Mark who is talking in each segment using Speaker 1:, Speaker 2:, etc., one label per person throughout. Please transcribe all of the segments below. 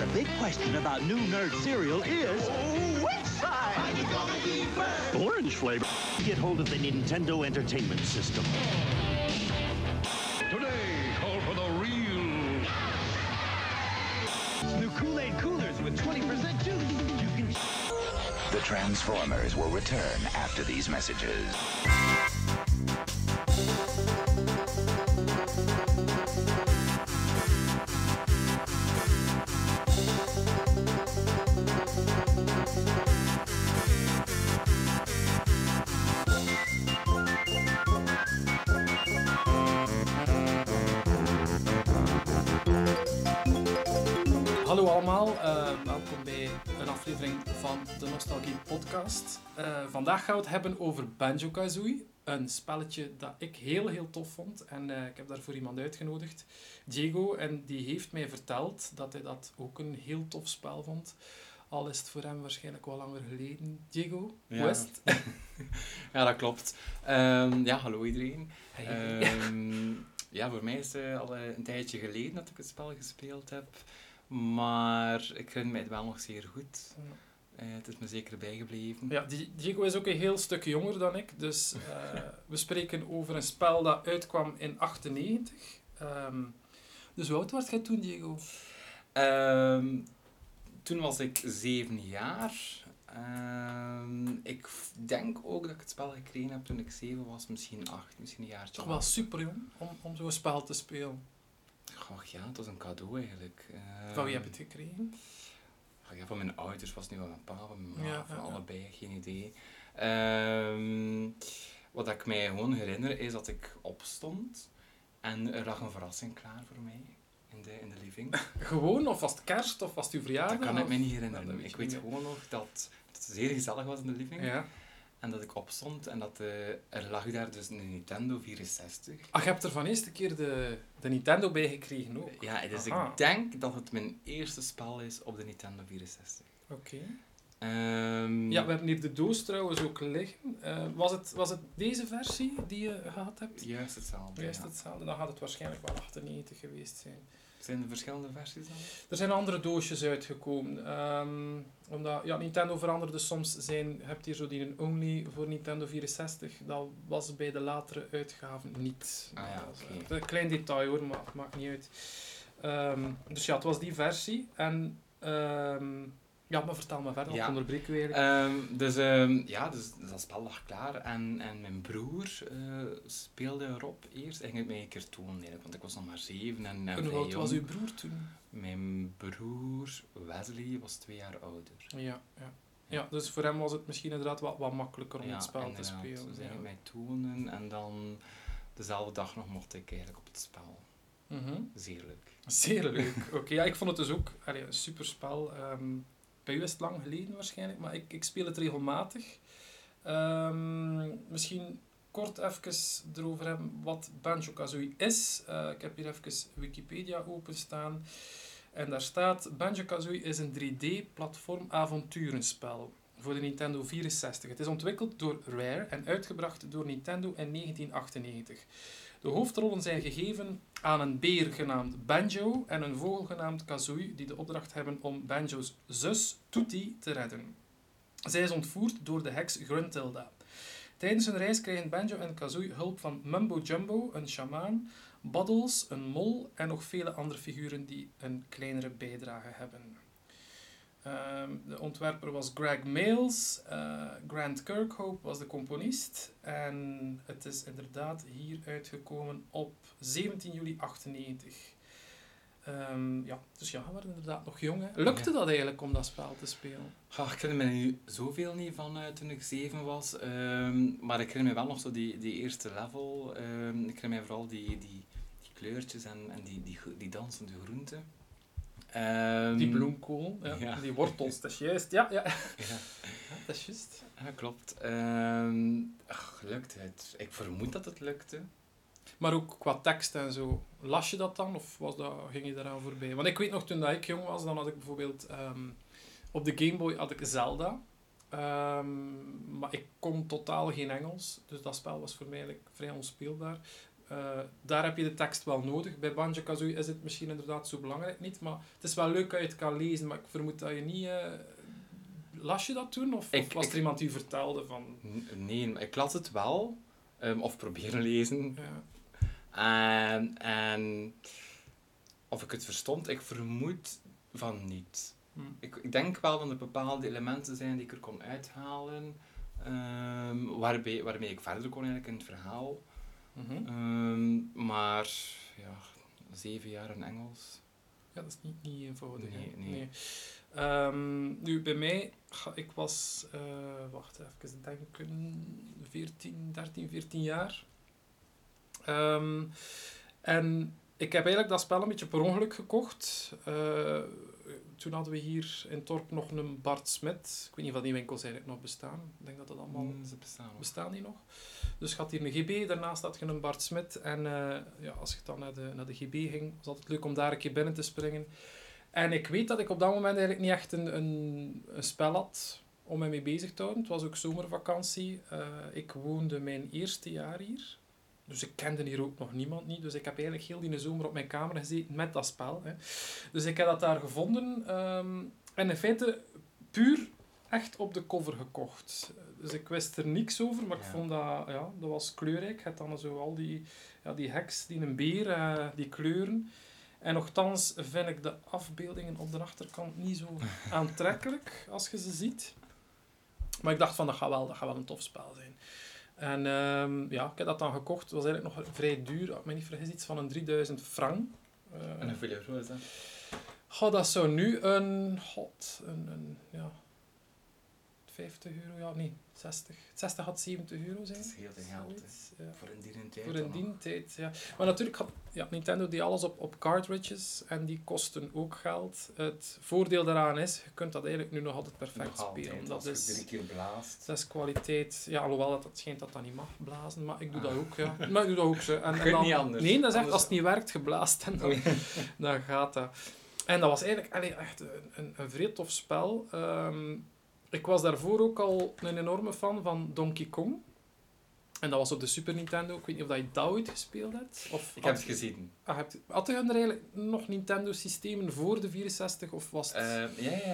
Speaker 1: big question about new nerd cereal is... which side? Are you gonna be first? Orange flavor. Get hold of the Nintendo Entertainment System.
Speaker 2: Today, call for the real...
Speaker 1: New Kool-Aid coolers with 20% juice. You can...
Speaker 3: The Transformers will return after these messages.
Speaker 4: Hallo allemaal, welkom bij een aflevering van de Nostalgie Podcast. Vandaag gaan we het hebben over Banjo-Kazooie, een spelletje dat ik heel tof vond. En ik heb daarvoor iemand uitgenodigd, Diego, en die heeft mij verteld dat hij dat ook een heel tof spel vond. Al is het voor hem waarschijnlijk wel langer geleden. Diego, hoe is het?
Speaker 5: Ja, dat klopt. Hallo iedereen. Voor mij is het al een tijdje geleden dat ik het spel gespeeld heb. Maar ik herinner mij het wel nog zeer goed. Het is me zeker bijgebleven.
Speaker 4: Ja, Diego is ook een heel stuk jonger dan ik. Dus we spreken over een spel dat uitkwam in 1998. Dus hoe oud was jij toen, Diego?
Speaker 5: Toen was ik 7 jaar. Ik denk ook dat ik het spel gekregen heb toen ik 7 was. Misschien 8, misschien een jaartje.
Speaker 4: Toch wel super jong om zo'n spel te spelen.
Speaker 5: Och ja, het was een cadeau eigenlijk.
Speaker 4: Van wie heb je het gekregen?
Speaker 5: Van mijn ouders, was het nu van mijn pa, van mijn ma, van allebei, geen idee. Wat ik mij gewoon herinner is dat ik opstond en er lag een verrassing klaar voor mij in de living.
Speaker 4: Gewoon? Of was het kerst? Of was het uw verjaardag?
Speaker 5: Dat kan ik me niet herinneren.
Speaker 4: Ja,
Speaker 5: ik weet gewoon nog dat het zeer gezellig was in de living.
Speaker 4: Ja.
Speaker 5: En dat ik opstond en dat er lag daar dus een Nintendo 64.
Speaker 4: Ach, je hebt er van eerste keer de Nintendo bij gekregen ook?
Speaker 5: Ja, dus ik denk dat het mijn eerste spel is op de Nintendo 64.
Speaker 4: Oké.
Speaker 5: Ja,
Speaker 4: we hebben hier de doos trouwens ook liggen. Was het deze versie die je gehad hebt?
Speaker 5: Juist hetzelfde.
Speaker 4: Juist hetzelfde. Dan gaat het waarschijnlijk wel 98 geweest zijn.
Speaker 5: Zijn er verschillende versies dan?
Speaker 4: Er zijn andere doosjes uitgekomen. Omdat Nintendo veranderde soms je hebt hier zo die een Only voor Nintendo 64. Dat was bij de latere uitgaven niet. Een klein detail hoor, maar het maakt niet uit. Dus ja, het was die versie. En maar vertel me verder, onderbreken we eigenlijk.
Speaker 5: Dus dat spel lag klaar en mijn broer speelde erop eerst. Eigenlijk mij een keer tonen eigenlijk, want ik was nog maar 7 en vrij jong.
Speaker 4: Hoe oud was uw broer toen?
Speaker 5: Mijn broer Wesley was 2 jaar ouder.
Speaker 4: Ja, dus voor hem was het misschien inderdaad wat makkelijker om het spel te spelen.
Speaker 5: Dus eigenlijk mij tonen en dan dezelfde dag nog mocht ik eigenlijk op het spel.
Speaker 4: Mm-hmm.
Speaker 5: Zeer leuk.
Speaker 4: Zeer leuk. Oké, ja, ik vond het dus ook een super spel. Bij u is het lang geleden waarschijnlijk, maar ik speel het regelmatig. Misschien kort even erover hebben wat Banjo-Kazooie is. Ik heb hier even Wikipedia openstaan. En daar staat: Banjo-Kazooie is een 3D-platform avonturenspel voor de Nintendo 64. Het is ontwikkeld door Rare en uitgebracht door Nintendo in 1998. De hoofdrollen zijn gegeven aan een beer genaamd Banjo en een vogel genaamd Kazooie, die de opdracht hebben om Banjo's zus Tutti te redden. Zij is ontvoerd door de heks Gruntilda. Tijdens hun reis krijgen Banjo en Kazooie hulp van Mumbo Jumbo, een sjamaan, Buddles, een mol en nog vele andere figuren die een kleinere bijdrage hebben. De ontwerper was Greg Mayles, Grant Kirkhope was de componist en het is inderdaad hier uitgekomen op 17 juli 1998. Dus ja, we waren inderdaad nog jong. Hè. Lukte dat eigenlijk om dat spel te spelen?
Speaker 5: Ik herinner me nu zoveel niet van toen ik 7 was, maar ik herinner me wel nog zo die eerste level. Ik herinner me vooral die kleurtjes en die dansende groenten.
Speaker 4: Die bloemkool, die wortels, dat is juist. Ja, dat is juist.
Speaker 5: Ja, klopt. Lukte het? Ik vermoed dat het lukte.
Speaker 4: Maar ook qua tekst en zo, las je dat dan of ging je daaraan voorbij? Want ik weet nog, toen dat ik jong was, dan had ik bijvoorbeeld op de Game Boy had ik Zelda. Maar ik kon totaal geen Engels, dus dat spel was voor mij eigenlijk vrij onspeelbaar. Daar heb je de tekst wel nodig. Bij Banjo-Kazooie is het misschien inderdaad zo belangrijk niet, maar het is wel leuk dat je het kan lezen, maar ik vermoed dat je niet... las je dat toen? Of was er iemand die u vertelde van...
Speaker 5: Nee, ik las het wel. Of proberen lezen.
Speaker 4: Ja.
Speaker 5: En of ik het verstond, ik vermoed van niet. Ik denk wel dat er bepaalde elementen zijn die ik er kon uithalen, waarmee ik verder kon eigenlijk in het verhaal. Maar ja, 7 jaar in Engels.
Speaker 4: Ja, dat is niet eenvoudig.
Speaker 5: Nee.
Speaker 4: Nu, bij mij, ik was, wacht even denken, 13, 14 jaar. En ik heb eigenlijk dat spel een beetje per ongeluk gekocht. Toen hadden we hier in Torp nog een Bart Smit. Ik weet niet of die winkels eigenlijk nog bestaan. Ik denk dat dat allemaal...
Speaker 5: Ze
Speaker 4: bestaan die nog? Dus je had hier een GB, daarnaast had je een Bart Smit. En als je dan naar de GB ging, was het altijd leuk om daar een keer binnen te springen. En ik weet dat ik op dat moment eigenlijk niet echt een spel had om mij mee bezig te houden. Het was ook zomervakantie. Ik woonde mijn eerste jaar hier. Dus ik kende hier ook nog niemand niet. Dus ik heb eigenlijk heel die zomer op mijn kamer gezeten met dat spel. Hè. Dus ik heb dat daar gevonden. En in feite puur echt op de cover gekocht. Dus ik wist er niks over, maar ik vond dat... Ja, dat was kleurrijk. Je had dan zo al die heks, die een beer, die kleuren. En nochtans vind ik de afbeeldingen op de achterkant niet zo aantrekkelijk als je ze ziet. Maar ik dacht van, dat gaat wel een tof spel zijn. En ik heb dat dan gekocht. Het was eigenlijk nog vrij duur. Ik me niet vergis, iets van een 3000 frank.
Speaker 5: En hoeveel euro is dat?
Speaker 4: Dat zou nu een 50 euro, ja nee, 60. 60 had 70 euro zijn.
Speaker 5: Dat is heel veel geld,
Speaker 4: Ja.
Speaker 5: voor een tijd.
Speaker 4: Voor een dientijd, ja. Maar natuurlijk had Nintendo die alles op cartridges en die kosten ook geld. Het voordeel daaraan is, je kunt dat eigenlijk nu nog altijd perfect spelen. Dat
Speaker 5: als je 3 keer blaast.
Speaker 4: Dat is kwaliteit. Ja, alhoewel het schijnt dat dat niet mag blazen, maar ik doe dat ook. Ja. Maar ik doe dat ook zo. En
Speaker 5: kun je
Speaker 4: dan,
Speaker 5: niet anders.
Speaker 4: Nee, dat is echt, als het niet werkt, geblaast en dan gaat dat. En dat was eigenlijk echt een vrij tof spel. Ik was daarvoor ook al een enorme fan van Donkey Kong. En dat was op de Super Nintendo. Ik weet niet of je dat ooit gespeeld hebt.
Speaker 5: Ik heb het gezien.
Speaker 4: Had je er eigenlijk nog Nintendo-systemen voor de 64? Of was het...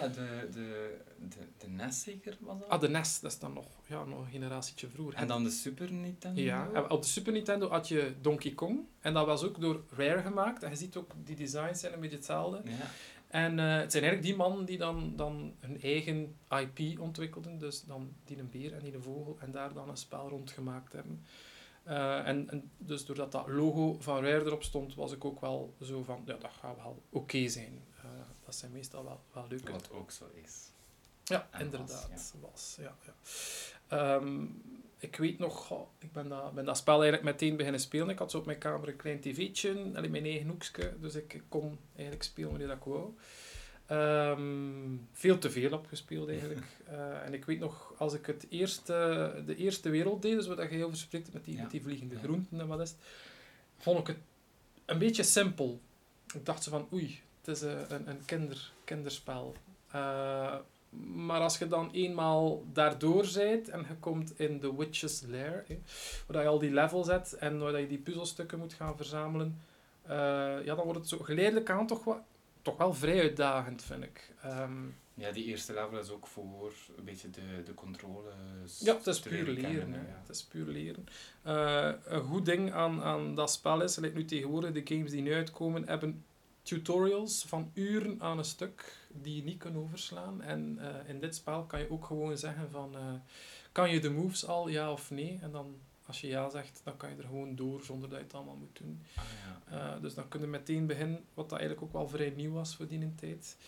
Speaker 5: De NES zeker was dat?
Speaker 4: de NES, dat is dan nog een generatietje vroeger.
Speaker 5: En dan de Super Nintendo?
Speaker 4: Ja, op de Super Nintendo had je Donkey Kong. En dat was ook door Rare gemaakt. En je ziet ook, die designs zijn een beetje hetzelfde.
Speaker 5: Ja.
Speaker 4: En het zijn eigenlijk die mannen die dan hun eigen IP ontwikkelden. Dus dan die een beer en die een vogel. En daar dan een spel rond gemaakt hebben. En dus doordat dat logo van Rare erop stond, was ik ook wel zo van, ja, dat gaat wel oké zijn. Dat zijn meestal wel leuke...
Speaker 5: Wat ook zo is.
Speaker 4: Ja,
Speaker 5: en
Speaker 4: inderdaad.
Speaker 5: was,
Speaker 4: Ik weet nog, ik ben dat spel eigenlijk meteen beginnen spelen. Ik had zo op mijn kamer een klein tv'tje, mijn eigen hoekje, dus ik kon eigenlijk spelen wanneer dat ik wou. Veel te veel opgespeeld eigenlijk. En ik weet nog, als ik de eerste wereld deed, dus wat je heel verspreekt met die vliegende groenten en wat is het, vond ik het een beetje simpel. Ik dacht zo van, oei, het is een kinderspel. Maar als je dan eenmaal daardoor bent en je komt in The Witch's Lair, waar je al die levels hebt en waar je die puzzelstukken moet gaan verzamelen, dan wordt het zo geleidelijk aan toch wel vrij uitdagend, vind ik.
Speaker 5: Ja, die eerste level is ook voor een beetje de controles.
Speaker 4: Ja, het is puur leren. Het is puur leren. Een goed ding aan dat spel is, nu tegenwoordig, de games die nu uitkomen, hebben tutorials van uren aan een stuk die je niet kunt overslaan. En in dit spel kan je ook gewoon zeggen van, kan je de moves al, ja of nee? En dan, als je ja zegt, dan kan je er gewoon door zonder dat je het allemaal moet doen. Dus dan kun je meteen beginnen, wat dat eigenlijk ook wel vrij nieuw was voor die tijd.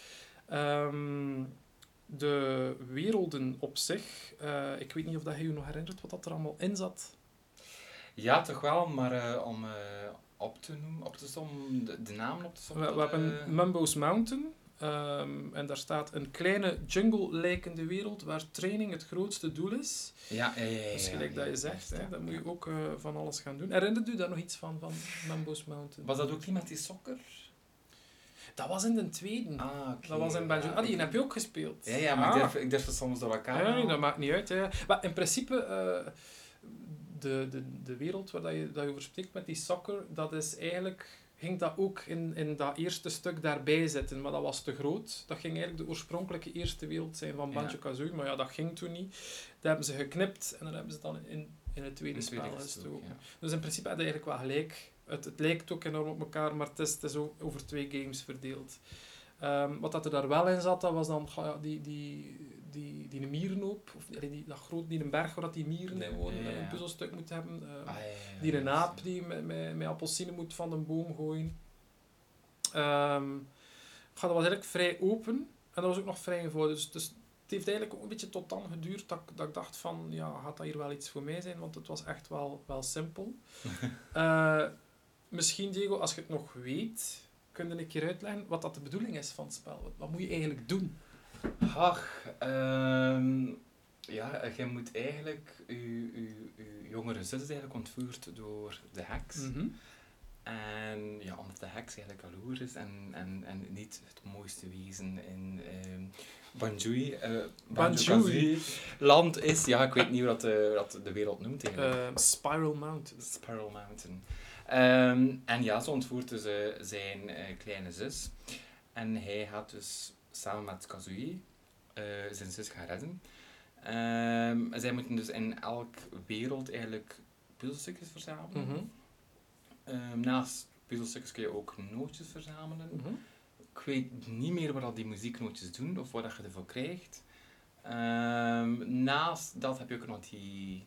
Speaker 4: De werelden op zich, ik weet niet of dat je je nog herinnert wat dat er allemaal in zat.
Speaker 5: Ja, toch wel, maar om op te sommen, de namen op te sommen.
Speaker 4: We hebben Mumbo's Mountain. En daar staat een kleine jungle-lijkende wereld waar training het grootste doel is.
Speaker 5: Ja.
Speaker 4: Dus gelijk dat je zegt, dat moet je ook van alles gaan doen. Herinnert u daar nog iets van Mumbo's Mountain?
Speaker 5: Was dat ook die met die sokker?
Speaker 4: Dat was in de tweede.
Speaker 5: Okay.
Speaker 4: Dat was in Banjo. Die heb je ook gespeeld.
Speaker 5: Ja, maar ik durf het soms door elkaar.
Speaker 4: Nee, dat maakt niet uit. Ja. Maar in principe, de wereld waar dat je over spreekt met die soccer, dat is eigenlijk... Ging dat ook in dat eerste stuk daarbij zitten, maar dat was te groot. Dat ging eigenlijk de oorspronkelijke eerste wereld zijn van Banjo-Kazooie, maar ja, dat ging toen niet. Dat hebben ze geknipt en dan hebben ze het dan in het tweede spel gestoken. Dus in principe had je eigenlijk wel gelijk. Het lijkt ook enorm op elkaar, maar het is ook over 2 games verdeeld. Wat dat er daar wel in zat, dat was dan die mierenhoop, of die een berg waar dat die mieren in wonen, een puzzelstuk moet hebben. Die een aap die met appelsine moet van de boom gooien. Dat was eigenlijk vrij open en dat was ook nog vrij eenvoudig. Dus het heeft eigenlijk ook een beetje tot dan geduurd dat ik dacht van, ja, gaat dat hier wel iets voor mij zijn? Want het was echt wel simpel. Misschien, Diego, als je het nog weet, kun je een keer uitleggen wat dat de bedoeling is van het spel. Wat moet je eigenlijk doen?
Speaker 5: Je moet eigenlijk... Je jongere zus is eigenlijk ontvoerd door de heks.
Speaker 4: Mm-hmm.
Speaker 5: En ja, omdat de heks eigenlijk jaloers is en niet het mooiste wezen in Banjo-Kazooie land is. Ja, ik weet niet hoe dat de wereld noemt eigenlijk.
Speaker 4: Spiral Mountain.
Speaker 5: Spiral Mountain. En ja, ze ontvoert dus zijn kleine zus. En hij gaat dus samen met Kazooie zijn zus gaan redden. Zij moeten dus in elk wereld eigenlijk puzzelstukjes verzamelen.
Speaker 4: Mm-hmm.
Speaker 5: Naast puzzelstukjes kun je ook nootjes verzamelen.
Speaker 4: Mm-hmm.
Speaker 5: Ik weet niet meer wat die muzieknootjes doen of wat je ervoor krijgt. Naast dat heb je ook nog die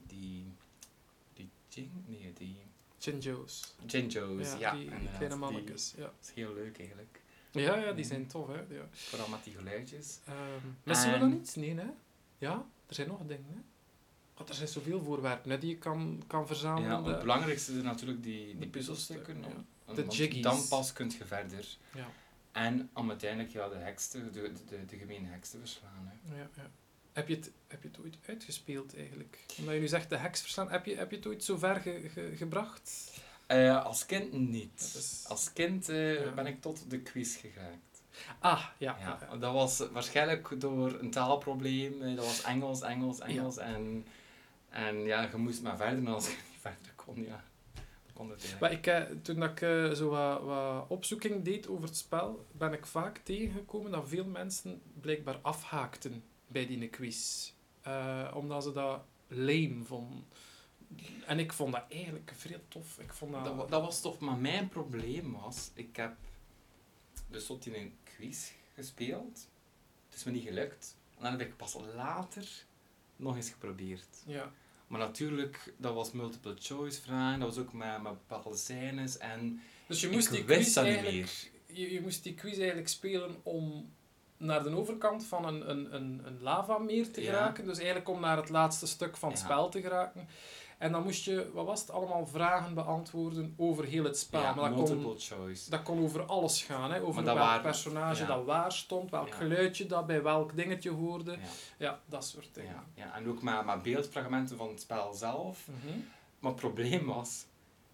Speaker 4: Jinjos.
Speaker 5: Jinjos, ja.
Speaker 4: Die kleine mannetjes. Ja.
Speaker 5: Dat is heel leuk eigenlijk.
Speaker 4: Ja, die zijn tof, hè. Ja.
Speaker 5: Vooral met die geluidjes.
Speaker 4: Missen we dan iets? Nee, hè? Ja, er zijn nog dingen, hè. Want er zijn zoveel voorwerpen hè, die je kan verzamelen.
Speaker 5: Ja, het belangrijkste is natuurlijk die puzzelstukken.
Speaker 4: Ja. De jiggies.
Speaker 5: Dan pas kun je verder.
Speaker 4: Ja.
Speaker 5: En om uiteindelijk de gemene heks te verslaan. Hè.
Speaker 4: Ja. Heb je het ooit uitgespeeld eigenlijk? Omdat je nu zegt de heks verslaan, heb je het ooit zo ver gebracht?
Speaker 5: Als kind niet. Als kind ben ik tot de quiz geraakt.
Speaker 4: Ja.
Speaker 5: Dat was waarschijnlijk door een taalprobleem. Dat was Engels.
Speaker 4: Ja.
Speaker 5: En ja, je moest maar verder. En als je niet verder kon, ja, dan kon het eigenlijk.
Speaker 4: Maar toen ik zo wat opzoeking deed over het spel, ben ik vaak tegengekomen dat veel mensen blijkbaar afhaakten bij die quiz. Omdat ze dat lame vonden. En ik vond dat eigenlijk vrij tof. Ik vond
Speaker 5: dat was tof, maar mijn probleem was... Ik heb dus tot in een quiz gespeeld. Het is me niet gelukt. En dan heb ik pas later nog eens geprobeerd.
Speaker 4: Ja.
Speaker 5: Maar natuurlijk, dat was multiple choice vragen. Dat was ook met bepaalde scènes. En
Speaker 4: dus je moest die quiz eigenlijk... Je moest die quiz eigenlijk spelen om naar de overkant van een lavameer te geraken. Dus eigenlijk om naar het laatste stuk van het spel te geraken. En dan moest je, wat was het, allemaal vragen beantwoorden over heel het spel.
Speaker 5: Ja,
Speaker 4: maar
Speaker 5: multiple choice.
Speaker 4: Dat kon over alles gaan. Hè? Over welk personage dat waar stond, welk geluidje dat bij welk dingetje hoorde. Ja, dat soort dingen.
Speaker 5: Ja. En ook met beeldfragmenten van het spel zelf.
Speaker 4: Mm-hmm.
Speaker 5: Maar het probleem was,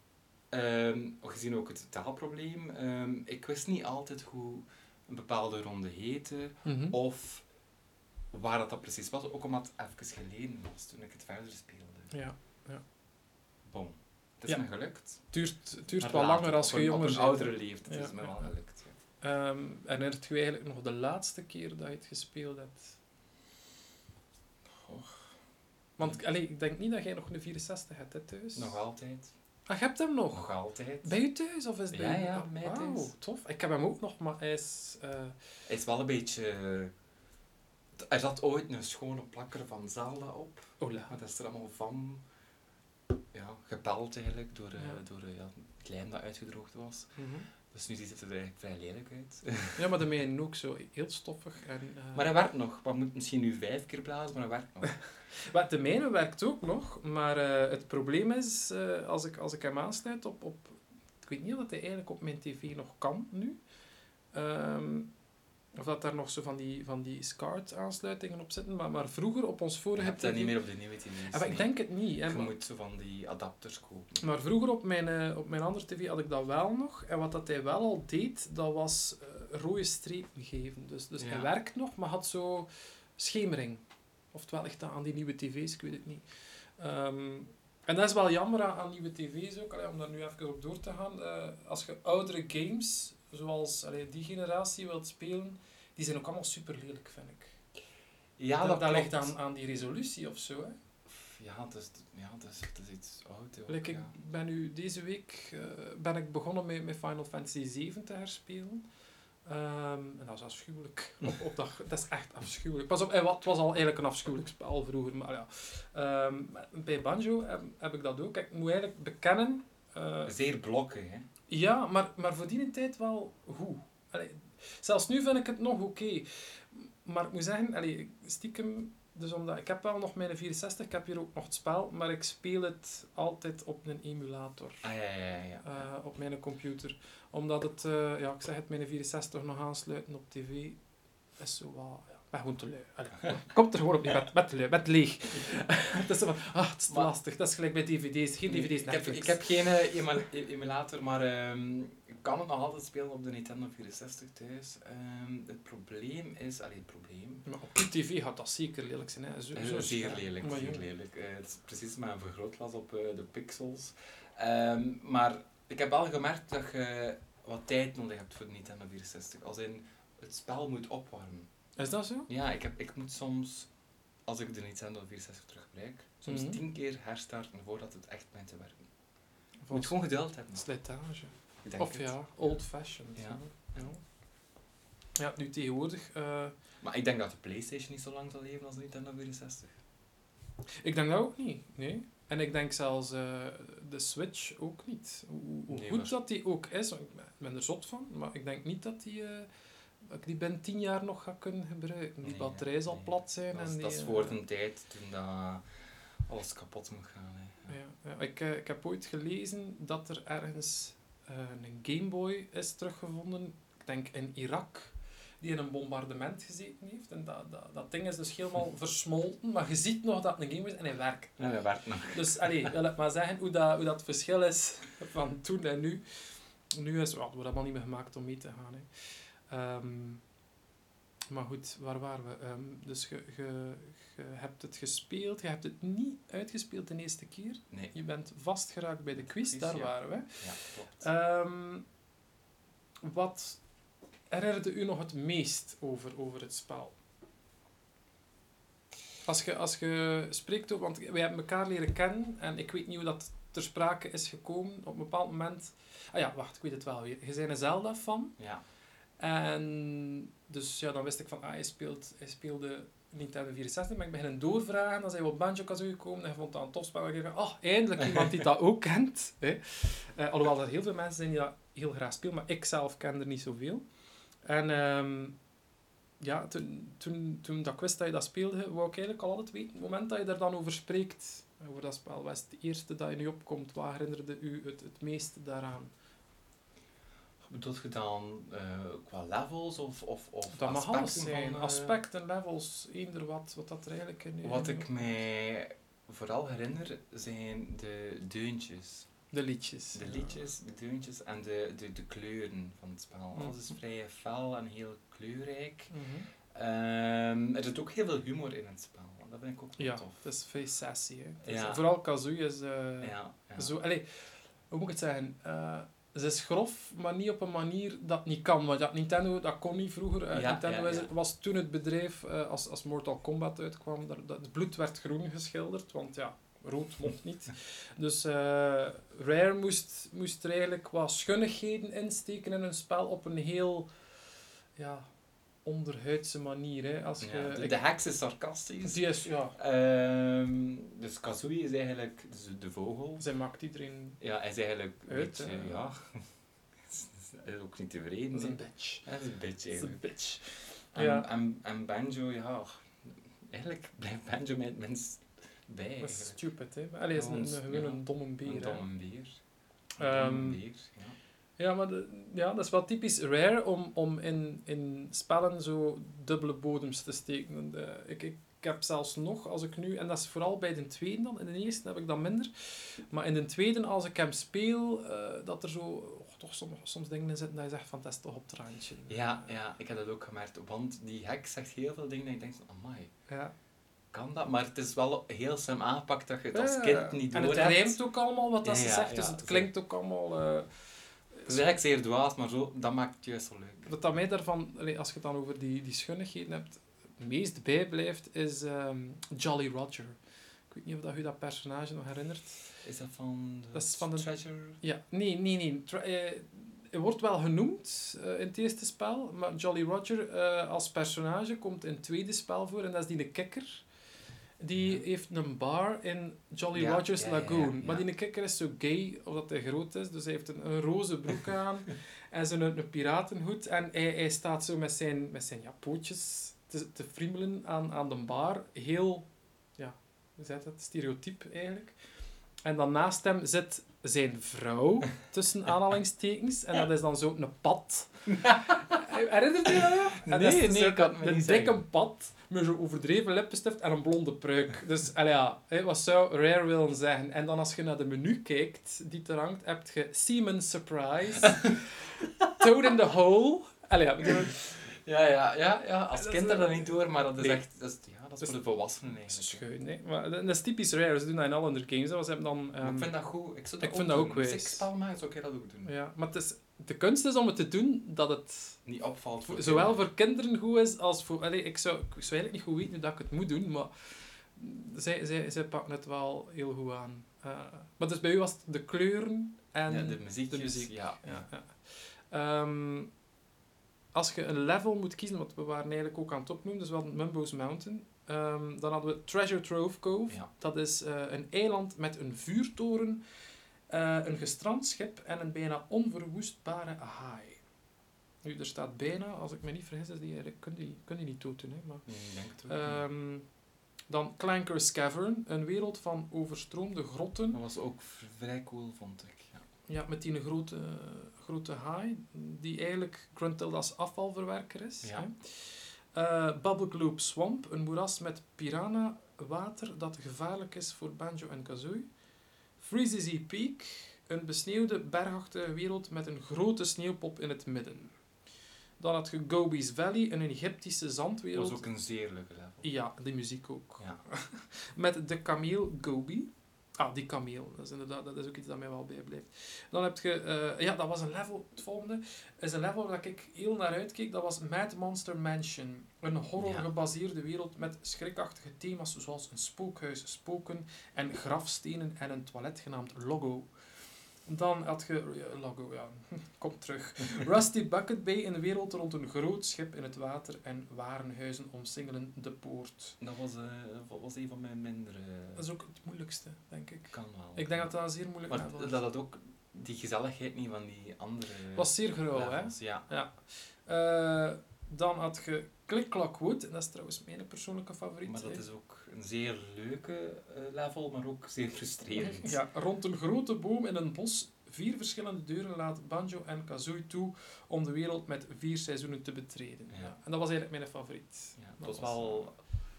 Speaker 5: gezien ook het taalprobleem, ik wist niet altijd hoe een bepaalde ronde heette,
Speaker 4: Mm-hmm.
Speaker 5: of waar dat precies was. Ook omdat het even geleden was toen ik het verder speelde.
Speaker 4: Ja.
Speaker 5: Bon. Het is me gelukt.
Speaker 4: Het duurt wel langer als je jonger bent.
Speaker 5: Op een oudere leeftijd is me wel gelukt. Ja.
Speaker 4: Herinnert je eigenlijk nog de laatste keer dat je het gespeeld hebt? Want ik denk niet dat jij nog een 64 hebt, hè, thuis?
Speaker 5: Nog altijd.
Speaker 4: Je hebt hem nog?
Speaker 5: Nog altijd.
Speaker 4: Bij je thuis of is het bij je?
Speaker 5: Ja, bij mij thuis.
Speaker 4: Tof. Ik heb hem ook nog, maar hij is...
Speaker 5: Hij is wel een beetje... Er zat ooit een schone plakker van Zelda op. Maar dat is er allemaal van... gepeld eigenlijk door het lijm dat uitgedroogd was.
Speaker 4: Mm-hmm.
Speaker 5: Dus nu ziet het er eigenlijk vrij lelijk uit.
Speaker 4: Ja, maar de mijne ook zo heel stoffig.
Speaker 5: Maar hij werkt nog. We moeten misschien nu 5 keer blazen, maar hij werkt nog.
Speaker 4: Maar de mijne werkt ook nog, maar het probleem is, als ik hem aansluit op... Ik weet niet of hij eigenlijk op mijn tv nog kan nu. Of dat daar nog zo van die SCART-aansluitingen op zitten. Maar vroeger op ons vorige
Speaker 5: tv... Je hebt dat niet meer op de nieuwe tv's.
Speaker 4: Maar ik denk het niet.
Speaker 5: Je moet zo van die adapters kopen.
Speaker 4: Maar vroeger op mijn andere tv had ik dat wel nog. En wat dat hij wel al deed, dat was rode strepen geven. Dus hij werkt nog, maar had zo schemering. Oftewel echt aan die nieuwe tv's, ik weet het niet. En dat is wel jammer aan nieuwe tv's ook, om daar nu even op door te gaan. Als je oudere games, zoals die generatie wilt spelen, die zijn ook allemaal super lelijk, vind ik.
Speaker 5: Ja,
Speaker 4: dat
Speaker 5: klopt.
Speaker 4: ligt aan die resolutie of zo. Hè.
Speaker 5: Ja, dat is iets oud. Ook,
Speaker 4: Ik ben nu deze week ben ik begonnen met Final Fantasy 7 te herspelen. En dat is afschuwelijk. Dat is echt afschuwelijk. Pas op, het was al eigenlijk een afschuwelijk spel vroeger. Maar ja. Bij Banjo heb ik dat ook. Ik moet eigenlijk bekennen...
Speaker 5: Zeer blokkig, hè?
Speaker 4: Ja, maar voor die tijd wel goed. Zelfs nu vind ik het nog oké. Maar ik moet zeggen, stiekem... Dus omdat, ik heb wel nog mijn 64, ik heb hier ook nog het spel, maar ik speel het altijd op een emulator.
Speaker 5: Ja.
Speaker 4: Op mijn computer. Omdat het, ik zeg het, mijn 64 nog aansluiten op tv is zo wat... ik ben gewoon te lui. Komt er gewoon op niet met te lui, met leeg. Het is zo van, het is te lastig. Dat is gelijk bij dvd's. Geen dvd's, Netflix.
Speaker 5: Ik heb geen emulator, maar ik kan het nog altijd spelen op de Nintendo 64 thuis. Het probleem is...
Speaker 4: Maar op je tv gaat dat zeker lelijk zijn. Hè.
Speaker 5: Zeer lelijk. Het is precies met een vergrootglas op de pixels. Maar ik heb wel gemerkt dat je wat tijd nodig hebt voor de Nintendo 64. Als in, het spel moet opwarmen.
Speaker 4: Is dat zo?
Speaker 5: Ja, ik moet soms, als ik de Nintendo 64 teruggebruik, soms 10 keer herstarten voordat het echt begint te werken. Je moet gewoon geduld hebben.
Speaker 4: Slijtage.
Speaker 5: Ik denk
Speaker 4: Of
Speaker 5: het.
Speaker 4: ja, old-fashioned. Ja, nu tegenwoordig...
Speaker 5: Maar ik denk dat de PlayStation niet zo lang zal leven als de Nintendo 64.
Speaker 4: Ik denk dat ook niet, nee. En ik denk zelfs de Switch ook niet. Hoe goed dat die ook is, ik ben er zot van, maar ik denk niet dat ik die binnen 10 jaar nog ga kunnen gebruiken. Die batterij zal plat zijn.
Speaker 5: Dat is voor de tijd toen dat alles kapot moet gaan. Hè.
Speaker 4: Ja. Ik heb ooit gelezen dat er ergens een Game Boy is teruggevonden, ik denk in Irak, die in een bombardement gezeten heeft. En dat ding is dus helemaal versmolten, maar je ziet nog dat het een Game Boy is en hij werkt.
Speaker 5: Ja, hij werkt nog.
Speaker 4: Dus wil ik maar zeggen hoe dat verschil is van toen en nu. Nu is het wordt allemaal niet meer gemaakt om mee te gaan. Hè. Maar goed, waar waren we? Dus je hebt het gespeeld, je hebt het niet uitgespeeld de eerste keer.
Speaker 5: Nee.
Speaker 4: Je bent vastgeraakt bij de quiz, daar waren we.
Speaker 5: Ja, klopt.
Speaker 4: Wat herinnerde u nog het meest over het spel? Als je spreekt over... Want wij hebben elkaar leren kennen en ik weet niet hoe dat ter sprake is gekomen. Op een bepaald moment... ik weet het wel weer. Je bent een Zelda-fan.
Speaker 5: Ja.
Speaker 4: En dus dan wist ik van, hij speelde Nintendo 64, maar ik begin doorvragen, dan zijn we op Banjo-Kazooie gekomen en je vond dat een topspel. En ik dacht, eindelijk iemand die dat ook kent. Hè. Alhoewel er heel veel mensen zijn die dat heel graag spelen, maar ik zelf ken er niet zoveel. En toen dat ik wist dat je dat speelde, wou ik eigenlijk al altijd weten, het moment dat je er dan over spreekt, over dat spel, wat is het eerste dat je nu opkomt, wat herinnerde u het meeste daaraan?
Speaker 5: Bedoelt je dan qua levels of
Speaker 4: dat mag alles zijn.
Speaker 5: Van,
Speaker 4: aspecten, levels, eender wat dat er eigenlijk in...
Speaker 5: Wat ik mij vooral herinner zijn de deuntjes.
Speaker 4: De liedjes.
Speaker 5: De liedjes, de deuntjes en de kleuren van het spel. Alles is vrij fel en heel kleurrijk. Er zit ook heel veel humor in het spel. Dat vind ik ook wel tof.
Speaker 4: Het is vrij sassy. Hè. Vooral Kazooie is zo... Hoe moet ik het zeggen? Ze is grof, maar niet op een manier dat niet kan. Want Nintendo, dat kon niet vroeger. Nintendo was toen het bedrijf, als Mortal Kombat uitkwam, het bloed werd groen geschilderd, want rood mocht niet. Dus Rare moest er eigenlijk wat schunnigheden insteken in hun spel op een heel onderhuidse manier. Hè.
Speaker 5: De heks is sarcastisch.
Speaker 4: Die is,
Speaker 5: dus Kazooie is eigenlijk de vogel.
Speaker 4: Zij maakt iedereen
Speaker 5: hij is eigenlijk
Speaker 4: uit.
Speaker 5: Hij is ook niet tevreden.
Speaker 4: Dat is een bitch.
Speaker 5: Dat is een bitch eigenlijk.
Speaker 4: Bitch.
Speaker 5: En Banjo, eigenlijk blijft Banjo mij het minst bij.
Speaker 4: Dat is stupid, hè. Hij is gewoon een domme beer.
Speaker 5: Een domme beer.
Speaker 4: Ja, maar dat is wel typisch Rare om in spellen zo dubbele bodems te steken. Ik heb zelfs nog, als ik nu... En dat is vooral bij de tweede dan. In de eerste heb ik dat minder. Maar in de tweede, als ik hem speel, dat er zo... toch soms dingen in zitten dat je zegt van, dat is toch op het randje.
Speaker 5: Ja, ik heb dat ook gemerkt. Want die hek zegt heel veel dingen dat je denkt van, amai.
Speaker 4: Ja.
Speaker 5: kan dat, maar het is wel heel slim aangepakt dat je het als kind niet
Speaker 4: en
Speaker 5: door
Speaker 4: het
Speaker 5: hebt.
Speaker 4: rijmt ook allemaal wat dat ze
Speaker 5: Ja,
Speaker 4: zegt, dus
Speaker 5: ja,
Speaker 4: het
Speaker 5: zo.
Speaker 4: klinkt ook allemaal...
Speaker 5: Het is eigenlijk zeer dwaas, maar zo, dat maakt het juist zo leuk.
Speaker 4: Wat dat mij daarvan, als je het dan over die schunnigheden hebt, het meest bijblijft is Jolly Roger. Ik weet niet of dat je dat personage nog herinnert.
Speaker 5: Is dat van de
Speaker 4: Dat is van de-
Speaker 5: Treasure?
Speaker 4: Ja, nee. Hij wordt wel genoemd in het eerste spel, maar Jolly Roger als personage komt in het tweede spel voor en dat is die kikker. Die heeft een bar in Jolly
Speaker 5: Ja,
Speaker 4: Roger's
Speaker 5: ja,
Speaker 4: Lagoon.
Speaker 5: ja.
Speaker 4: Maar die kikker is zo gay, omdat hij groot is. Dus hij heeft een roze broek aan en een piratenhoed. En hij staat zo met zijn pootjes te friemelen aan de bar. Heel, hoe zeg je dat? Stereotyp eigenlijk. En dan naast hem zit zijn vrouw, tussen aanhalingstekens. En dat is dan zo een pad. Herinnert je dat nog? En dat is
Speaker 5: Nee,
Speaker 4: zo
Speaker 5: ik kan het me
Speaker 4: een
Speaker 5: niet
Speaker 4: dikke
Speaker 5: zeggen.
Speaker 4: pad met zo'n overdreven lippenstift en een blonde pruik. Dus wat zou Rare willen zeggen? En dan als je naar de menu kijkt die er hangt, heb je Seaman Surprise, Toad in the Hole.
Speaker 5: Ja. Als
Speaker 4: Dat
Speaker 5: kind
Speaker 4: is,
Speaker 5: heb je dat niet door, maar dat is
Speaker 4: nee.
Speaker 5: echt... Dat is voor de volwassenen
Speaker 4: Dat is
Speaker 5: eigenlijk.
Speaker 4: schuin, hè. Maar dat is typisch Rare. Ze doen dat in alle andere games. Hè. Ze hebben dan...
Speaker 5: Maar ik vind dat goed. Ik
Speaker 4: vind dat ook
Speaker 5: doen. Als
Speaker 4: wijs.
Speaker 5: ik spel maak, zou ik dat ook doen.
Speaker 4: Ja, maar de kunst is om het te doen dat het
Speaker 5: Niet opvalt voor
Speaker 4: zowel
Speaker 5: kinderen.
Speaker 4: voor kinderen goed is als voor... Ik zou eigenlijk niet goed weten hoe dat ik het moet doen, maar zij pakken het wel heel goed aan. Maar dus bij u was het de kleuren en
Speaker 5: Ja, de muziek.
Speaker 4: de muziek.
Speaker 5: Ja.
Speaker 4: Als je een level moet kiezen, wat we waren eigenlijk ook aan het opnoemen, dus we hadden Mumbo's Mountain. Dan hadden we Treasure Trove Cove.
Speaker 5: Ja.
Speaker 4: Dat is een eiland met een vuurtoren, een gestrand schip en een bijna onverwoestbare haai. Nu, er staat bijna, als ik me niet vergis, is die eigenlijk, kun die niet dood doen. Hè, maar,
Speaker 5: Nee, ik denk het ook niet.
Speaker 4: dan Clanker's Cavern, een wereld van overstroomde grotten.
Speaker 5: Dat was ook vrij cool, vond ik. Ja.
Speaker 4: Ja, met die grote haai, die eigenlijk Gruntilda's afvalverwerker is.
Speaker 5: Ja.
Speaker 4: Hè. Bubble Globe Swamp, een moeras met piranha water dat gevaarlijk is voor Banjo en Kazooie. Freezy Peak, een besneeuwde bergachtige wereld met een grote sneeuwpop in het midden. Dan had je Gobi's Valley, een Egyptische
Speaker 5: Dat
Speaker 4: zandwereld.
Speaker 5: was ook een zeer leuke level.
Speaker 4: Ja, die muziek ook.
Speaker 5: Ja.
Speaker 4: Met de kameel Gobi. Die kameel, dat is inderdaad, dat is ook iets dat mij wel bijblijft. Dan heb je, dat was een level, het volgende, is een level waar ik heel naar uitkeek, dat was Mad Monster Mansion. Een horror-gebaseerde wereld met schrikachtige thema's zoals een spookhuis, spoken en grafstenen en een toilet genaamd Logo. Dan had je, Logo, komt terug. Rusty Bucket Bay, een wereld rond een groot schip in het water en warenhuizen omsingelen de poort.
Speaker 5: Dat was een van mijn mindere...
Speaker 4: Dat is ook het moeilijkste, denk ik.
Speaker 5: Kan wel.
Speaker 4: Ik denk dat dat een zeer moeilijk
Speaker 5: Maar
Speaker 4: level is.
Speaker 5: dat had ook die gezelligheid niet van die andere...
Speaker 4: Het was zeer grauw, hè?
Speaker 5: levels, ja.
Speaker 4: Ja. Dan had je Click Clock Wood, en dat is trouwens mijn persoonlijke favoriet.
Speaker 5: Maar dat
Speaker 4: hè.
Speaker 5: is ook een zeer leuke level, maar ook zeer frustrerend.
Speaker 4: Ja, rond een grote boom in een bos, 4 verschillende deuren laat Banjo en Kazooie toe om de wereld met 4 seizoenen te betreden.
Speaker 5: Ja.
Speaker 4: Ja. En dat was eigenlijk mijn favoriet.
Speaker 5: Ja, het
Speaker 4: Dat
Speaker 5: was wel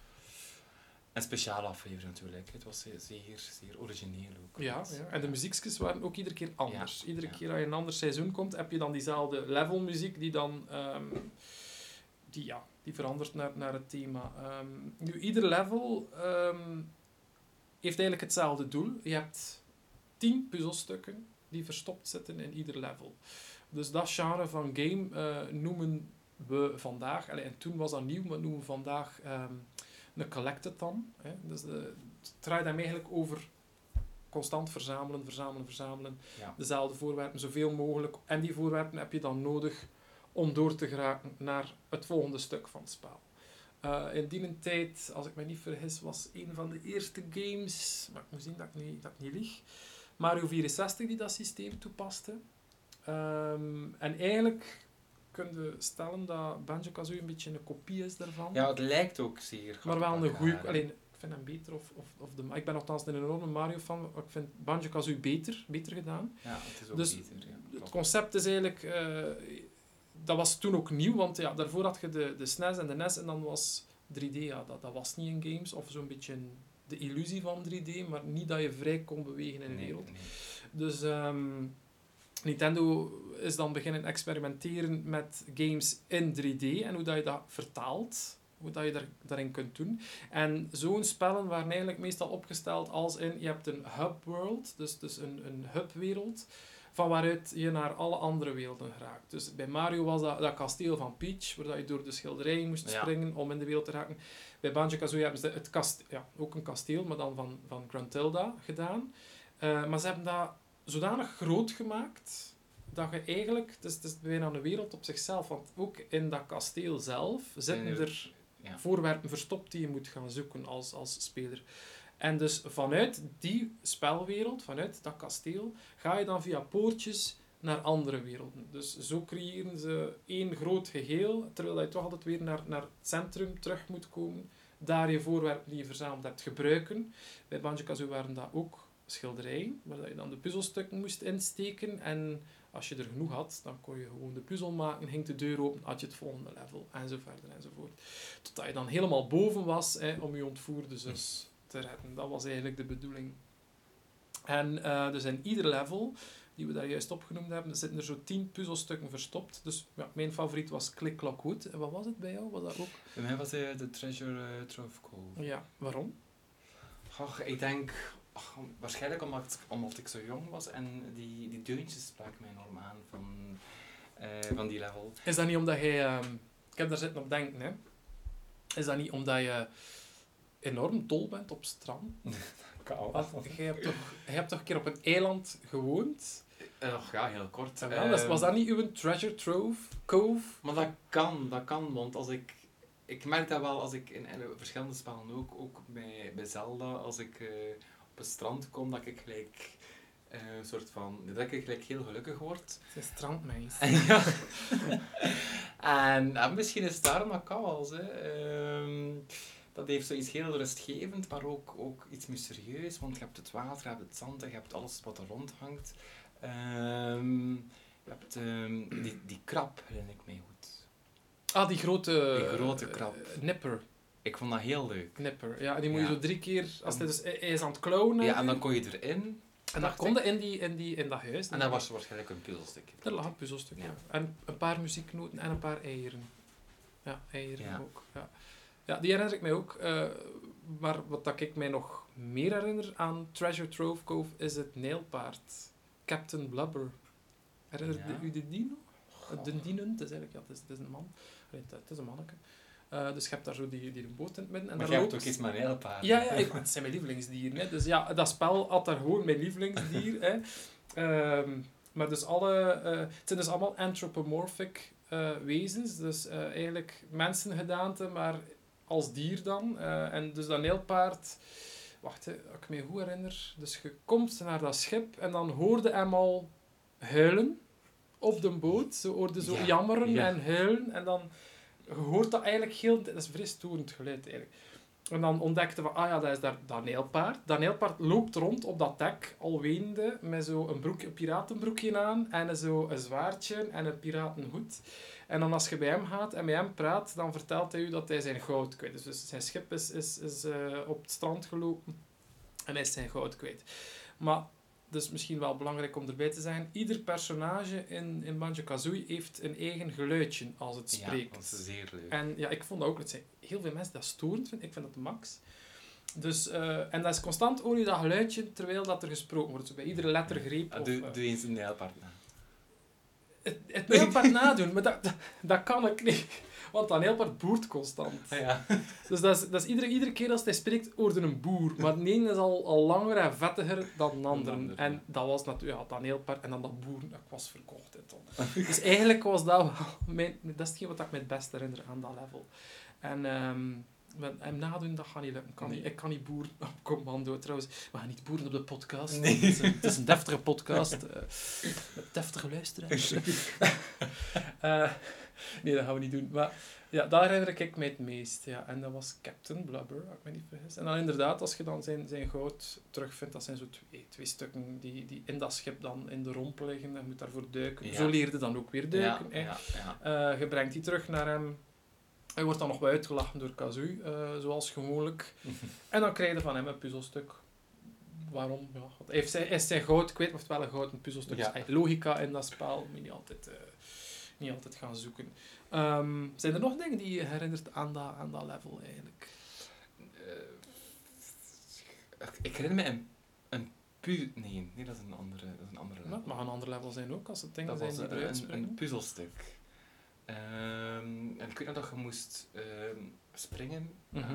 Speaker 5: een speciale aflevering natuurlijk. Het was zeer origineel ook.
Speaker 4: Ja, en de muziekjes waren ook iedere keer anders.
Speaker 5: Ja,
Speaker 4: Iedere
Speaker 5: ja.
Speaker 4: keer als je in een ander seizoen komt, heb je dan diezelfde levelmuziek die dan... die verandert naar het thema. Nu, ieder level heeft eigenlijk hetzelfde doel. Je hebt 10 puzzelstukken die verstopt zitten in ieder level. Dus dat genre van game noemen we vandaag... en toen was dat nieuw, maar noemen we vandaag een collectathon. Hè. Dus het draait hem eigenlijk over constant verzamelen.
Speaker 5: Ja.
Speaker 4: Dezelfde voorwerpen, zoveel mogelijk. En die voorwerpen heb je dan nodig om door te geraken naar het volgende stuk van het spel. In die tijd, als ik me niet vergis, was een van de eerste games, maar ik moet zien dat ik niet lieg, Mario 64 die dat systeem toepaste. En eigenlijk kun je stellen dat Banjo-Kazooie een beetje een kopie is daarvan.
Speaker 5: Ja, het lijkt ook zeer.
Speaker 4: Maar wel een
Speaker 5: elkaar.
Speaker 4: goede... Alleen, ik vind hem beter. Ik ben nogthans een enorme Mario-fan, maar ik vind Banjo-Kazooie beter gedaan.
Speaker 5: Ja, het is ook
Speaker 4: Dus
Speaker 5: beter. Ja,
Speaker 4: Het
Speaker 5: klopt.
Speaker 4: concept is eigenlijk... dat was toen ook nieuw, want ja, daarvoor had je de SNES en de NES en dan was 3D, ja, dat was niet in games. Of zo'n beetje de illusie van 3D, maar niet dat je vrij kon bewegen in de wereld.
Speaker 5: Nee.
Speaker 4: Dus Nintendo is dan beginnen experimenteren met games in 3D en hoe dat je dat vertaalt hoe dat je daarin kunt doen. En zo'n spellen waren eigenlijk meestal opgesteld als je hebt een hub world, dus een hubwereld, van waaruit je naar alle andere werelden geraakt. Dus bij Mario was dat kasteel van Peach, waar je door de schilderijen moest springen om in de wereld te raken. Bij Banjo-Kazooie hebben ze ook een kasteel, maar dan van Gruntilda gedaan. Maar ze hebben dat zodanig groot gemaakt dat je eigenlijk... Het is bijna een wereld op zichzelf, want ook in dat kasteel zelf zitten er voorwerpen verstopt die je moet gaan zoeken als speler. En dus vanuit die spelwereld, vanuit dat kasteel, ga je dan via poortjes naar andere werelden. Dus zo creëren ze één groot geheel, terwijl je toch altijd weer naar het centrum terug moet komen, daar je voorwerpen die je verzameld hebt gebruiken. Bij Banjo-Kazooie waren dat ook schilderijen, waar je dan de puzzelstukken moest insteken. En als je er genoeg had, dan kon je gewoon de puzzel maken, ging de deur open, had je het volgende level, en zo verder enzovoort. Totdat je dan helemaal boven was om je ontvoerde zus te redden. Dat was eigenlijk de bedoeling. En dus in ieder level, die we daar juist opgenoemd hebben, zitten er zo 10 puzzelstukken verstopt. Dus mijn favoriet was Click Clock Wood. En wat was het bij jou? Was dat ook?
Speaker 5: Bij mij was de Treasure Trove Cove.
Speaker 4: Ja, waarom?
Speaker 5: Ik denk... waarschijnlijk omdat ik zo jong was en die deuntjes spraken mij enorm aan van die level.
Speaker 4: Is dat niet omdat jij... ik heb daar zitten op denken, hè. Is dat niet omdat je enorm dol bent op strand? Je hebt toch een keer op een eiland gewoond?
Speaker 5: Ja, heel kort.
Speaker 4: Was dat niet uw Treasure Trove Cove?
Speaker 5: Maar dat kan, want als ik merk dat wel als ik in verschillende spellen ook bij Zelda, als ik op het strand kom, dat ik gelijk dat ik gelijk heel gelukkig word.
Speaker 4: Het is een strandmeis.
Speaker 5: Ja. En misschien is het daarom dat Kawals. Dat heeft zoiets heel rustgevend, maar ook iets mysterieus, want je hebt het water, je hebt het zand en je hebt alles wat er rond hangt. Je hebt die krab, herinner ik mij goed.
Speaker 4: Die grote
Speaker 5: krab.
Speaker 4: Nipper.
Speaker 5: Ik vond dat heel leuk.
Speaker 4: Nipper, ja. Die moet je zo 3 keer... Hij is aan het klauwen.
Speaker 5: Ja, en dan kon je erin.
Speaker 4: En dan kon je in dat huis.
Speaker 5: En dat was waarschijnlijk een puzzelstuk.
Speaker 4: Er lag een puzzelstuk, ja. En een paar muzieknoten en een paar eieren. Ja, eieren ook. Ja, die herinner ik mij ook. Maar wat ik mij nog meer herinner aan Treasure Trove Cove is het nijlpaard. Captain Blubber. Herinnert u de dino? De dinen, het is eigenlijk het is een man. Het is een manneke. Dus je hebt daar zo die boot in het midden. En
Speaker 5: maar je hebt ook iets met een nijlpaard.
Speaker 4: Ja, het zijn mijn lievelingsdieren. Hè. Dus ja, dat spel had daar gewoon mijn lievelingsdier. Hè. Maar dus het zijn dus allemaal anthropomorphic wezens. Dus eigenlijk mensengedaante, maar als dier dan. En dus dat nijlpaard... Wacht, als ik me goed herinner. Dus je komt naar dat schip en dan hoorde hem al huilen op de boot. Ze hoorde zo jammeren en huilen. En dan... Je hoort dat eigenlijk heel... Dat is een vrij storend geluid eigenlijk. En dan ontdekte van, dat is daar dat nijlpaard. Dat nijlpaard loopt rond op dat dek, al wenende, met zo een piratenbroekje aan en zo een zwaardje en een piratenhoed. En dan als je bij hem gaat en met hem praat, dan vertelt hij u dat hij zijn goud kwijt is. Dus zijn schip is op het strand gelopen en hij is zijn goud kwijt. Maar... Dus misschien wel belangrijk om erbij te zeggen. Ieder personage in Banjo-Kazooie heeft een eigen geluidje als het spreekt.
Speaker 5: Ja, dat is zeer leuk.
Speaker 4: En ja, ik vond dat ook. Het zijn heel veel mensen dat storend vinden. Ik vind dat de max. Dus, en dat is constant hoor je dat geluidje terwijl dat er gesproken wordt. Dus bij iedere lettergreep.
Speaker 5: Doe eens een nijlpaard na.
Speaker 4: Het nijlpaard nadoen, maar dat kan ik niet. Want dat nijlpaard boert constant.
Speaker 5: Ja.
Speaker 4: Dus dat is iedere keer als hij spreekt, hoorde een boer. Maar de ene is al langer en vettiger dan de andere. En dat was natuurlijk dat nijlpaard en dan dat boeren. Ik was verkocht. Dus eigenlijk was dat dat is hetgeen wat ik me het best herinner aan dat level. En hem nadoen, dat gaat niet lukken. Ik kan niet boeren op commando. Trouwens, we gaan niet boeren op de podcast.
Speaker 5: Nee.
Speaker 4: Het is een deftige podcast. Met deftige luisteraars. Nee, dat gaan we niet doen. Maar ja, daar herinner ik mij het meest. Ja. En dat was Captain Blubber, als ik me niet vergis. En dan inderdaad, als je dan zijn goud terugvindt, dat zijn zo twee stukken die in dat schip dan in de romp liggen. En je moet daarvoor duiken. Ja. Zo leerde dan ook weer duiken. Je brengt die terug naar hem. Hij wordt dan nog wel uitgelachen door Kazooie, zoals gewoonlijk. En dan krijg je van hem een puzzelstuk. Waarom? Ja, hij is zijn goud kwijt, maar wel een gouden puzzelstuk. Dus logica in dat spel moet je niet altijd niet altijd gaan zoeken. Zijn er nog dingen die je herinnert aan dat level eigenlijk?
Speaker 5: Ik herinner me een Nee, dat is een andere level.
Speaker 4: Het mag een ander level zijn ook, als het dingen
Speaker 5: Dat
Speaker 4: zijn
Speaker 5: was
Speaker 4: die eruit springen.
Speaker 5: een puzzelstuk. En ik weet nog dat je moest springen.
Speaker 4: Mhm.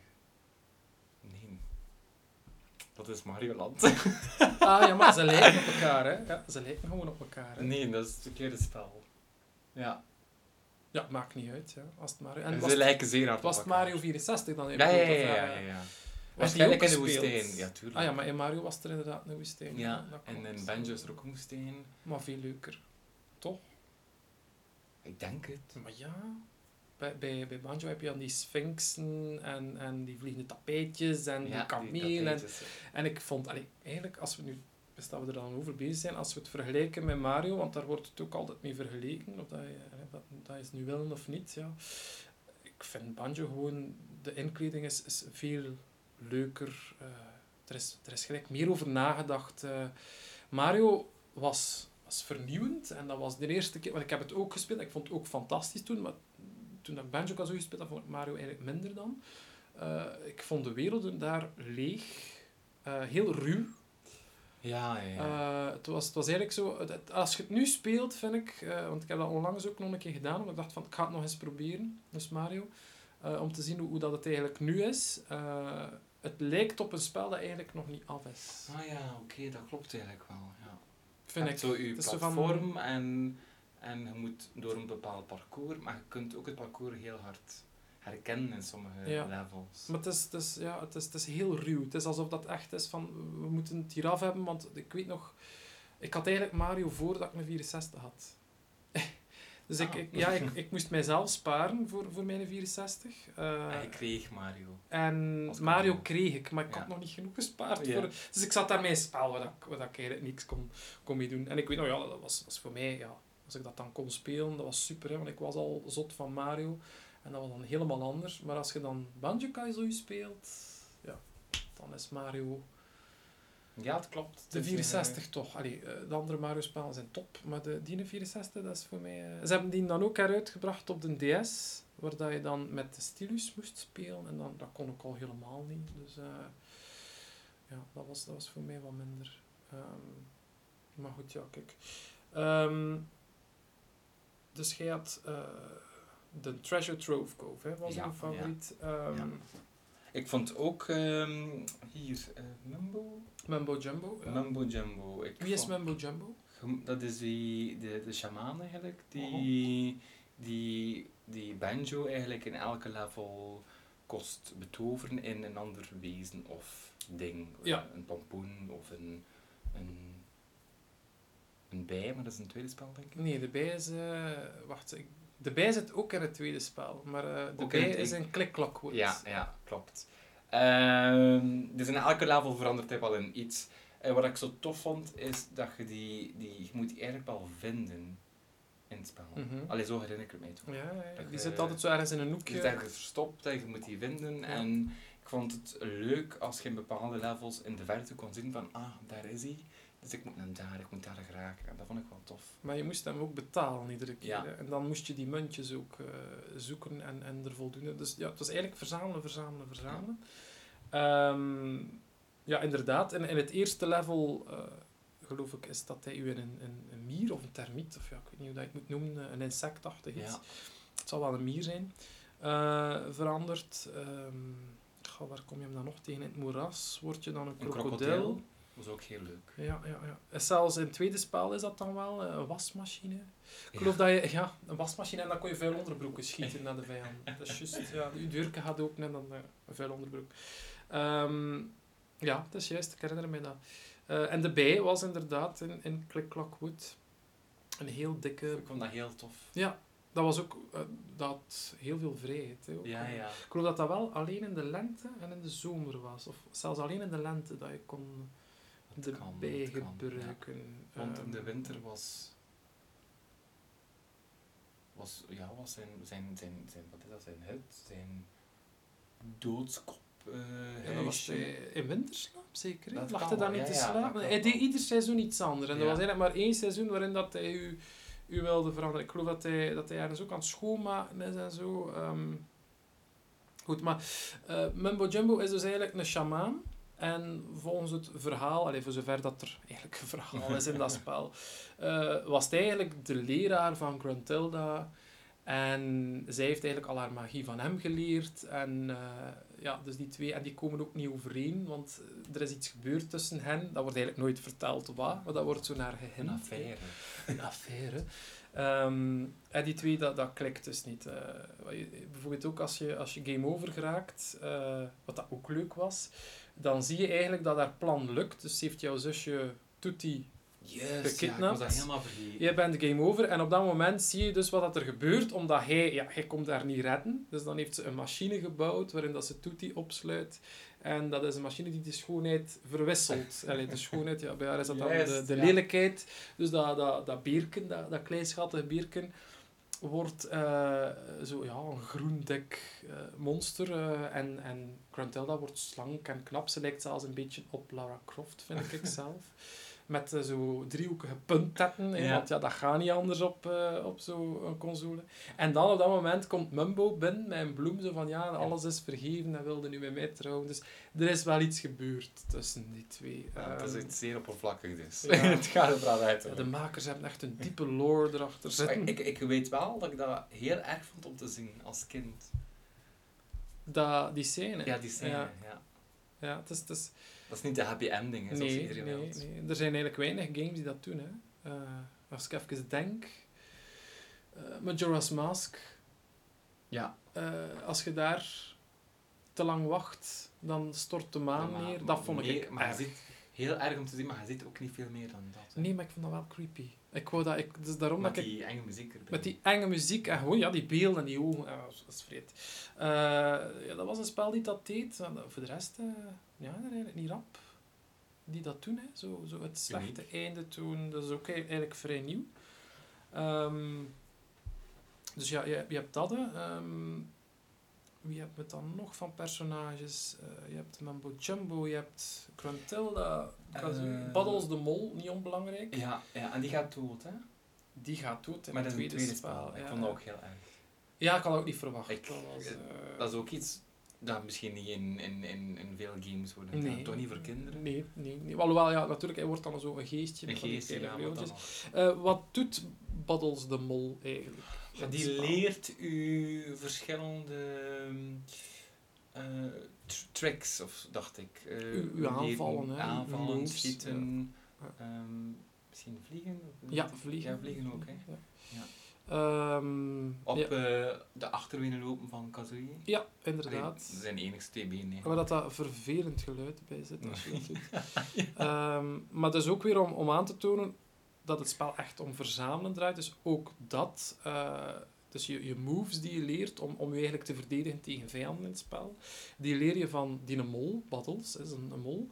Speaker 5: Nee. Dat is Mario Land.
Speaker 4: Ja, maar ze lijken op elkaar, hè. Ja, ze lijken gewoon op elkaar, hè.
Speaker 5: Nee, dat is het verkeerde spel. Ja.
Speaker 4: Ja, maakt niet uit, ja. Als het Mario...
Speaker 5: En
Speaker 4: was
Speaker 5: ze lijken zeer hard
Speaker 4: was
Speaker 5: op
Speaker 4: het
Speaker 5: elkaar.
Speaker 4: Mario 64 dan?
Speaker 5: Ja. Waarschijnlijk in de woestijn. Ja, tuurlijk.
Speaker 4: Ja, maar in Mario was er inderdaad een woestijn.
Speaker 5: Ja,
Speaker 4: dat
Speaker 5: en
Speaker 4: klopt.
Speaker 5: in Banjo is er ook een woestijn.
Speaker 4: Maar veel leuker. Toch?
Speaker 5: Ik denk het.
Speaker 4: Maar ja... Bij Banjo heb je dan die sphinxen en die vliegende tapijtjes en die kameel. En ik vond, eigenlijk, als we nu, dat we er dan over bezig zijn, als we het vergelijken met Mario, want daar wordt het ook altijd mee vergeleken, of dat is nu wel of niet, ja. Ik vind Banjo gewoon, de inkleding is veel leuker. Er is gelijk meer over nagedacht. Mario was vernieuwend en dat was de eerste keer, want ik heb het ook gespeeld, ik vond het ook fantastisch toen, maar toen ik Banjo-Kazooie gespeeld, vond ik Mario eigenlijk minder dan. Ik vond de werelden daar leeg, heel ruw.
Speaker 5: Ja.
Speaker 4: Het was eigenlijk zo, als je het nu speelt, vind ik, want ik heb dat onlangs ook nog een keer gedaan, omdat ik dacht van, ik ga het nog eens proberen, dus Mario, om te zien hoe dat het eigenlijk nu is. Het lijkt op een spel dat eigenlijk nog niet af is.
Speaker 5: Ah ja, oké, dat klopt eigenlijk wel. Ja.
Speaker 4: Vind ik.
Speaker 5: Zo je
Speaker 4: Het is
Speaker 5: platform
Speaker 4: zo van...
Speaker 5: en je moet door een bepaald parcours, maar je kunt ook het parcours heel hard herkennen in sommige levels.
Speaker 4: Maar het is heel ruw. Het is alsof dat echt is van, we moeten het hier af hebben, want ik weet nog, ik had eigenlijk Mario voordat ik een 64 had. Dus ik moest mijzelf sparen voor mijn 64.
Speaker 5: En je kreeg Mario.
Speaker 4: En Mario kreeg ik, maar ik had nog niet genoeg gespaard.
Speaker 5: Ja.
Speaker 4: Dus ik zat daarmee in een spel waar ik eigenlijk niks kon mee doen. En ik weet nog, dat was voor mij, ja, als ik dat dan kon spelen, dat was super, hè, want ik was al zot van Mario. En dat was dan helemaal anders. Maar als je dan Banjo-Kazooie speelt, ja, dan is Mario...
Speaker 5: Ja, het klopt.
Speaker 4: De 64 toch. De andere Mario-spellen zijn top, maar die 64, dat is voor mij... Ze hebben die dan ook heruitgebracht op de DS, waar dat je dan met de stylus moest spelen. En dat kon ik al helemaal niet. Dus ja, dat was voor mij wat minder. Maar goed, ja, kijk. Dus jij had... de Treasure Trove Cove, hè, was een favoriet.
Speaker 5: Ja. Ik vond ook
Speaker 4: Mumbo Jumbo. Ja.
Speaker 5: Mumbo Jumbo.
Speaker 4: Wie is Mumbo Jumbo?
Speaker 5: Dat is de shamaan eigenlijk, die Banjo eigenlijk in elke level kost betoveren in een ander wezen of ding.
Speaker 4: Ja.
Speaker 5: Een pompoen of een bij, maar dat is een tweede spel, denk ik.
Speaker 4: Nee, de bij is... de bij zit ook in het tweede spel, maar de bij is een klik-klokwoord.
Speaker 5: Ja, klopt. Dus in elke level verandert hij wel in iets. Wat ik zo tof vond, is dat je je moet die eigenlijk wel vinden in het spel. Allee, zo herinner ik het mij toch.
Speaker 4: Ja, die zit altijd zo ergens in een hoekje.
Speaker 5: Die is ergens verstopt, je moet die vinden. Ja. En ik vond het leuk als je in bepaalde levels in de verte kon zien van, daar is hij. Dus ik moet daar geraken. En dat vond ik wel tof.
Speaker 4: Maar je moest hem ook betalen iedere keer.
Speaker 5: Ja.
Speaker 4: En dan moest je die muntjes ook zoeken en er voldoen. Dus ja, het was eigenlijk verzamelen. Ja, inderdaad. En in het eerste level, geloof ik, is dat hij u in een mier of een termiet, of ja, ik weet niet hoe dat je het moet noemen, een insectachtig iets.
Speaker 5: Ja.
Speaker 4: Het zal wel een mier zijn. Veranderd. Waar kom je hem dan nog tegen? In het moeras word je dan een krokodil.
Speaker 5: Dat was ook heel leuk.
Speaker 4: Ja. En zelfs in het tweede spel is dat dan wel een wasmachine. Ik geloof dat je... Ja, een wasmachine en dan kon je vuil onderbroeken schieten naar de vijand. Dat is juist. Ja, je deurke gaat openen en dan een vuil onderbroek. Ja, dat is juist. Ik herinner me dat. En de bij was inderdaad in Click-Clock-Wood een heel dikke...
Speaker 5: Ik vond dat heel tof.
Speaker 4: Ja, dat was ook... dat had heel veel vrijheid. Hè, ook.
Speaker 5: Ja.
Speaker 4: Ik geloof dat dat wel alleen in de lente en in de zomer was. Of zelfs alleen in de lente dat je kon... bij gebruiken.
Speaker 5: Ja. Want in de winter was zijn wat is dat, zijn hut, zijn doodskop
Speaker 4: dat was in winterslaap zeker?
Speaker 5: Dat
Speaker 4: lag
Speaker 5: kan
Speaker 4: hij dan
Speaker 5: wel,
Speaker 4: niet te
Speaker 5: ja,
Speaker 4: slapen?
Speaker 5: dat
Speaker 4: Hij
Speaker 5: kan
Speaker 4: deed ieder seizoen iets anders. En er was eigenlijk maar 1 seizoen waarin dat hij u wilde veranderen. Ik geloof dat hij ergens ook aan het schoonmaken is en zo. Goed, maar Mumbo Jumbo is dus eigenlijk een sjamaan. En volgens het verhaal, voor zover dat er eigenlijk een verhaal is in dat spel, was hij eigenlijk de leraar van Gruntilda. En zij heeft eigenlijk al haar magie van hem geleerd. En dus die twee, en die komen ook niet overeen, want er is iets gebeurd tussen hen. Dat wordt eigenlijk nooit verteld wat, maar dat wordt zo naar gehint. Een affaire. En die twee, dat klikt dus niet. Bijvoorbeeld ook als je game over geraakt, wat dat ook leuk was, dan zie je eigenlijk dat haar plan lukt. Dus heeft jouw zusje Tutti gekidnapt.
Speaker 5: Ja, ik was dat helemaal vergeten.
Speaker 4: Je bent game over en op dat moment zie je dus wat er gebeurt, omdat hij komt daar niet redden. Dus dan heeft ze een machine gebouwd waarin dat ze Tutti opsluit. En dat is een machine die de schoonheid verwisselt. De schoonheid, bij haar is dat dan de lelijkheid. Dus dat beerken, dat kleinschattige beerken, wordt een groen dik monster. En Gruntilda wordt slank en knap. Ze lijkt zelfs een beetje op Lara Croft, vind ik zelf. Met zo driehoekige punttetten. Want dat gaat niet anders op zo'n console. En dan op dat moment komt Mumbo binnen met een bloem. Zo van, alles is vergeven en wilde nu met mij trouwen. Dus er is wel iets gebeurd tussen die twee.
Speaker 5: Het is iets zeer oppervlakkig dus.
Speaker 4: Ja.
Speaker 5: Het gaat er vooral uit.
Speaker 4: De makers hebben echt een diepe lore erachter zitten.
Speaker 5: Ik weet wel dat ik dat heel erg vond om te zien als kind.
Speaker 4: Die scène?
Speaker 5: Ja, die scène,
Speaker 4: Ja, het is...
Speaker 5: Dat is niet de happy ending, zoals iedereen wil.
Speaker 4: Nee. Er zijn eigenlijk weinig games die dat doen. Hè. Als ik even denk... Majora's Mask.
Speaker 5: Ja.
Speaker 4: Als je daar te lang wacht, dan stort de maan neer. Dat vond ik
Speaker 5: maar je ziet heel erg om te zien, maar je ziet ook niet veel meer dan dat. Hè.
Speaker 4: Nee, maar ik vond dat wel creepy. Dus daarom
Speaker 5: met
Speaker 4: dat
Speaker 5: die enge muziek erbij.
Speaker 4: Met die enge muziek en gewoon die beelden en die ogen. Dat is vreed. Dat was een spel die dat deed. Voor de rest, er eigenlijk niet rap die dat doen. Hè. Zo het slechte einde toen. Dat is ook eigenlijk vrij nieuw. Dus ja, je hebt dat. Wie heb je dan nog van personages? Je hebt Mumbo Jumbo, je hebt Gruntilda, Buddles de Mol, niet onbelangrijk.
Speaker 5: Ja, en die gaat dood, hè?
Speaker 4: Die gaat dood in
Speaker 5: het
Speaker 4: tweede spel.
Speaker 5: Ik vond dat ook heel erg.
Speaker 4: Ja, ik had dat ook niet verwacht.
Speaker 5: Dat is ook iets dat misschien niet in veel games wordt gedaan. Toch niet voor kinderen?
Speaker 4: Nee. Alhoewel, natuurlijk, hij wordt dan zo een geestje.
Speaker 5: Een geestje,
Speaker 4: wat doet Buddles de Mol eigenlijk?
Speaker 5: Die leert u verschillende tricks, of dacht ik.
Speaker 4: Uw aanvallen, hè.
Speaker 5: Aanvallen, schieten, misschien vliegen?
Speaker 4: Ja, vliegen.
Speaker 5: Ja, vliegen ook, hè. Ja.
Speaker 4: Op
Speaker 5: de achterwielen lopen van Kazooie.
Speaker 4: Ja, inderdaad.
Speaker 5: Dat zijn enigste twee benen.
Speaker 4: Waar dat vervelend geluid bij zit als je dat doet. Maar dat is ook weer om aan te tonen dat het spel echt om verzamelen draait. Dus ook dat. Dus je moves die je leert om je eigenlijk te verdedigen tegen vijanden in het spel. Die leer je van die mol. Buddles is een mol.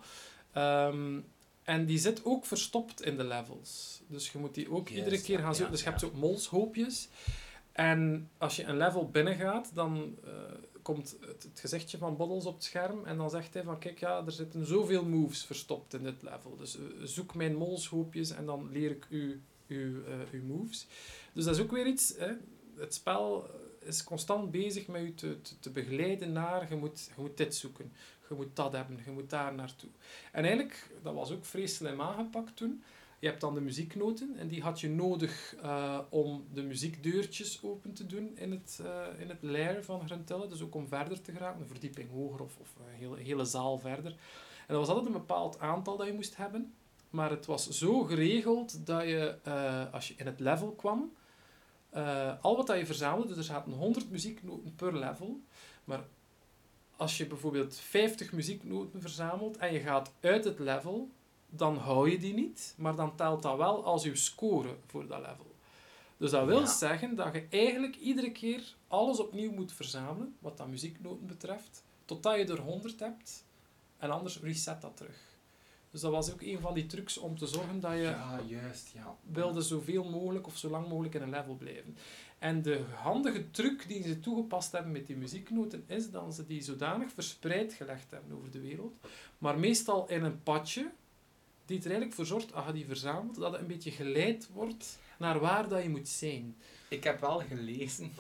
Speaker 4: En die zit ook verstopt in de levels. Dus je moet die ook iedere keer gaan zoeken. Dus je hebt zo molshoopjes. En als je een level binnengaat, dan komt het gezichtje van Buddles op het scherm. En dan zegt hij van, kijk, er zitten zoveel moves verstopt in dit level. Dus zoek mijn molshoopjes en dan leer ik uw moves. Dus dat is ook weer iets. Hè. Het spel is constant bezig met je te begeleiden naar, je moet dit zoeken. Je moet dat hebben, je moet daar naartoe. En eigenlijk, dat was ook vrij slim aangepakt toen. Je hebt dan de muzieknoten en die had je nodig om de muziekdeurtjes open te doen in het lair van Gruntilda. Dus ook om verder te geraken, een verdieping hoger of een hele zaal verder. En dat was altijd een bepaald aantal dat je moest hebben. Maar het was zo geregeld dat je, als je in het level kwam, al wat dat je verzamelde, dus er zaten 100 muzieknoten per level, maar als je bijvoorbeeld 50 muzieknoten verzamelt en je gaat uit het level, dan hou je die niet, maar dan telt dat wel als je score voor dat level. Dus dat wil zeggen dat je eigenlijk iedere keer alles opnieuw moet verzamelen, wat dat muzieknoten betreft, totdat je er 100 hebt, en anders reset dat terug. Dus dat was ook een van die trucs om te zorgen dat je wilde zoveel mogelijk of zo lang mogelijk in een level blijven. En de handige truc die ze toegepast hebben met die muzieknoten is dat ze die zodanig verspreid gelegd hebben over de wereld, maar meestal in een padje, die er eigenlijk voor zorgt, als je die verzamelt, dat het een beetje geleid wordt naar waar dat je moet zijn.
Speaker 5: Ik heb wel gelezen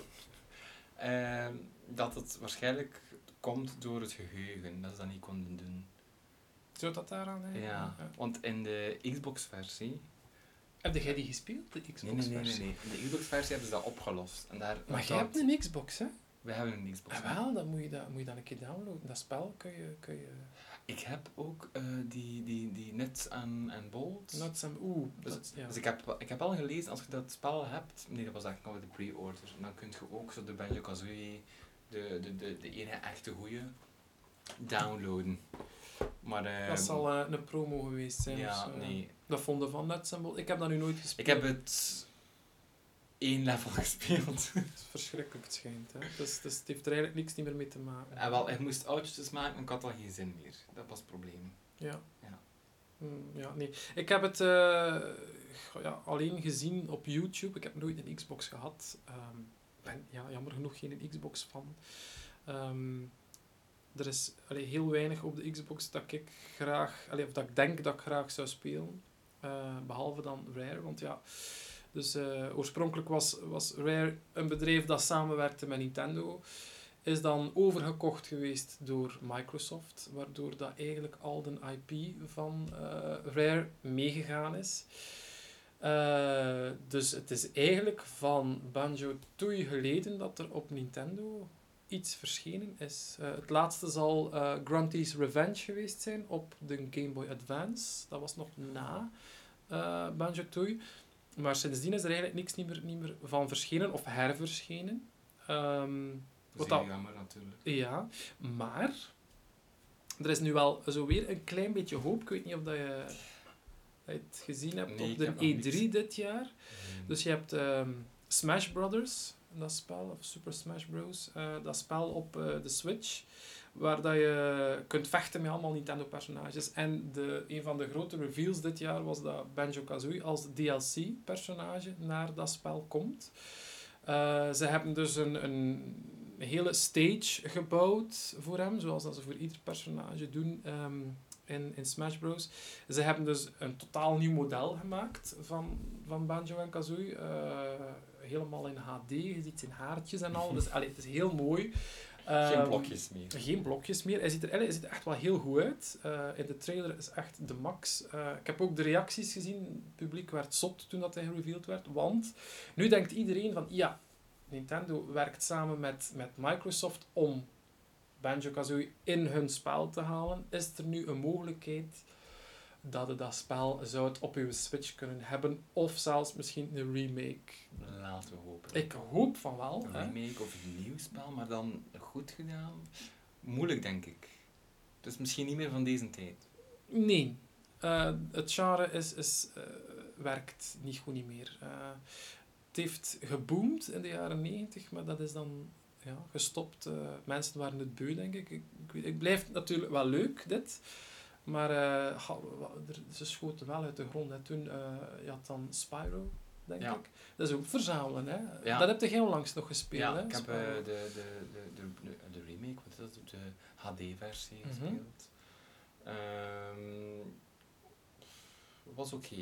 Speaker 5: dat het waarschijnlijk komt door het geheugen, dat ze dat niet konden doen.
Speaker 4: Zou dat daaraan liggen?
Speaker 5: Ja, want in de Xbox-versie...
Speaker 4: Heb jij die gespeeld, de Xbox-versie?
Speaker 5: Nee. In de Xbox-versie hebben ze dat opgelost. En daar
Speaker 4: Maar jij hebt een Xbox, hè?
Speaker 5: We hebben een Xbox.
Speaker 4: Wel, dan moet je dan een keer downloaden. Dat spel kun je...
Speaker 5: Ik heb ook die Nuts and Bolts.
Speaker 4: Nuts and... ja.
Speaker 5: Dus ik heb al gelezen, als je dat spel hebt... Nee, dat was eigenlijk nog de pre-order. Dan kun je ook zo de Banjo-Kazooie, de ene echte goeie, downloaden. Maar,
Speaker 4: dat zal een promo geweest zijn.
Speaker 5: Ja,
Speaker 4: dus,
Speaker 5: nee.
Speaker 4: Dat vonden van Nuts and Bolts. Ik heb dat nu nooit gespeeld.
Speaker 5: Ik heb het 1 level gespeeld.
Speaker 4: Het is verschrikkelijk, het schijnt. Hè? Dus het heeft er eigenlijk niks meer mee te maken.
Speaker 5: En wel, ik moest oudjes maken, maar ik had al geen zin meer. Dat was het probleem.
Speaker 4: Ja.
Speaker 5: Ja.
Speaker 4: Ja, nee. Ik heb het alleen gezien op YouTube. Ik heb nooit een Xbox gehad. Ik ben jammer genoeg geen Xbox fan. Er is heel weinig op de Xbox dat ik graag... of dat ik denk dat ik graag zou spelen. Behalve dan Rare, want ja... Dus oorspronkelijk was Rare een bedrijf dat samenwerkte met Nintendo. Is dan overgekocht geweest door Microsoft, waardoor dat eigenlijk al de IP van Rare meegegaan is. Dus het is eigenlijk van Banjo-Tooie geleden dat er op Nintendo iets verschenen is. Het laatste zal Grunty's Revenge geweest zijn op de Game Boy Advance. Dat was nog na Banjo-Tooie. Maar sindsdien is er eigenlijk niks niet meer van verschenen of herverschenen.
Speaker 5: Dat is jammer natuurlijk.
Speaker 4: Ja, maar er is nu wel zo weer een klein beetje hoop. Ik weet niet of dat je het gezien hebt op de E3 dit jaar. Dus je hebt Smash Brothers, dat spel, of Super Smash Bros. Dat spel op de Switch, waar dat je kunt vechten met allemaal Nintendo-personages. En een van de grote reveals dit jaar was dat Banjo-Kazooie als DLC-personage naar dat spel komt. Ze hebben dus een hele stage gebouwd voor hem, zoals dat ze voor ieder personage doen in Smash Bros. Ze hebben dus een totaal nieuw model gemaakt van Banjo en Kazooie. Helemaal in HD, je ziet zijn haartjes en al. Dus het is heel mooi.
Speaker 5: Geen blokjes meer.
Speaker 4: Geen blokjes meer. Hij ziet er echt wel heel goed uit. In de trailer is echt de max. Ik heb ook de reacties gezien. Het publiek werd zot toen dat hij gereveeld werd. Want nu denkt iedereen van... Ja, Nintendo werkt samen met Microsoft om Banjo-Kazooie in hun spel te halen. Is er nu een mogelijkheid dat je dat spel zou op je Switch kunnen hebben? Of zelfs misschien een remake?
Speaker 5: Laten we hopen.
Speaker 4: Ik hoop van wel.
Speaker 5: Een remake of een nieuw spel, maar dan goed gedaan. Moeilijk, denk ik. Dus misschien niet meer van deze tijd.
Speaker 4: Nee. Het genre werkt niet goed niet meer. Het heeft geboomd in de jaren 90, maar dat is dan gestopt. Mensen waren het beu, denk ik. Ik blijf natuurlijk wel leuk, dit. Maar ze schoten wel uit de grond. Hè. Toen je had dan Spyro, denk ik. Dat is ook verzamelen. Hè.
Speaker 5: Ja.
Speaker 4: Dat heb je heel langs nog gespeeld.
Speaker 5: Ja,
Speaker 4: hè,
Speaker 5: ik heb
Speaker 4: Spyro.
Speaker 5: de remake, wat is dat, op de HD-versie gespeeld. Was oké.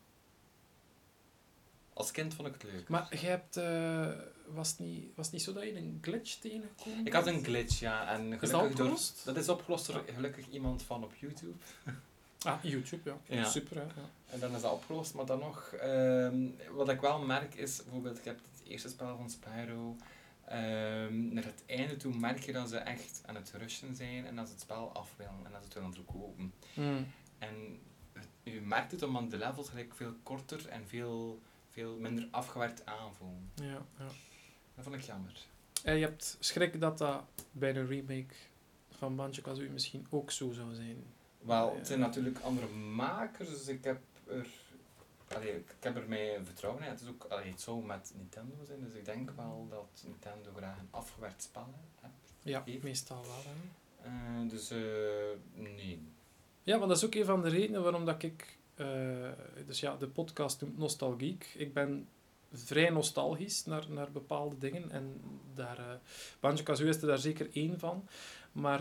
Speaker 5: Als kind vond ik het leuk.
Speaker 4: Maar je hebt... was het niet zo dat je een glitch tegengekomen?
Speaker 5: Ik had een glitch, ja. En
Speaker 4: Is dat opgelost?
Speaker 5: Dat is opgelost door gelukkig iemand van op YouTube.
Speaker 4: YouTube, ja.
Speaker 5: Ja.
Speaker 4: Super, hè. Ja.
Speaker 5: En dan is dat opgelost, maar dan nog... wat ik wel merk is, bijvoorbeeld, ik heb het eerste spel van Spyro. Naar het einde toe merk je dat ze echt aan het rushen zijn en dat ze het spel af willen en dat ze het willen verkopen. En je merkt het omdat de levels gelijk veel korter en veel minder afgewerkt aanvoelen.
Speaker 4: Ja.
Speaker 5: Dat vond ik jammer.
Speaker 4: En je hebt schrik dat dat bij een remake van Banjo-Kazooie misschien ook zo zou zijn.
Speaker 5: Wel, het zijn natuurlijk andere makers, dus ik heb er mij vertrouwen in. Het is ook, het zou met Nintendo zijn, dus ik denk wel dat Nintendo graag een afgewerkt spel heeft.
Speaker 4: Meestal wel. Hè.
Speaker 5: Dus nee.
Speaker 4: Ja, want dat is ook een van de redenen waarom dat ik... de podcast noemt Nostalgiek. Ik ben vrij nostalgisch naar bepaalde dingen. En Banjo-Kazooie is er daar zeker één van. Maar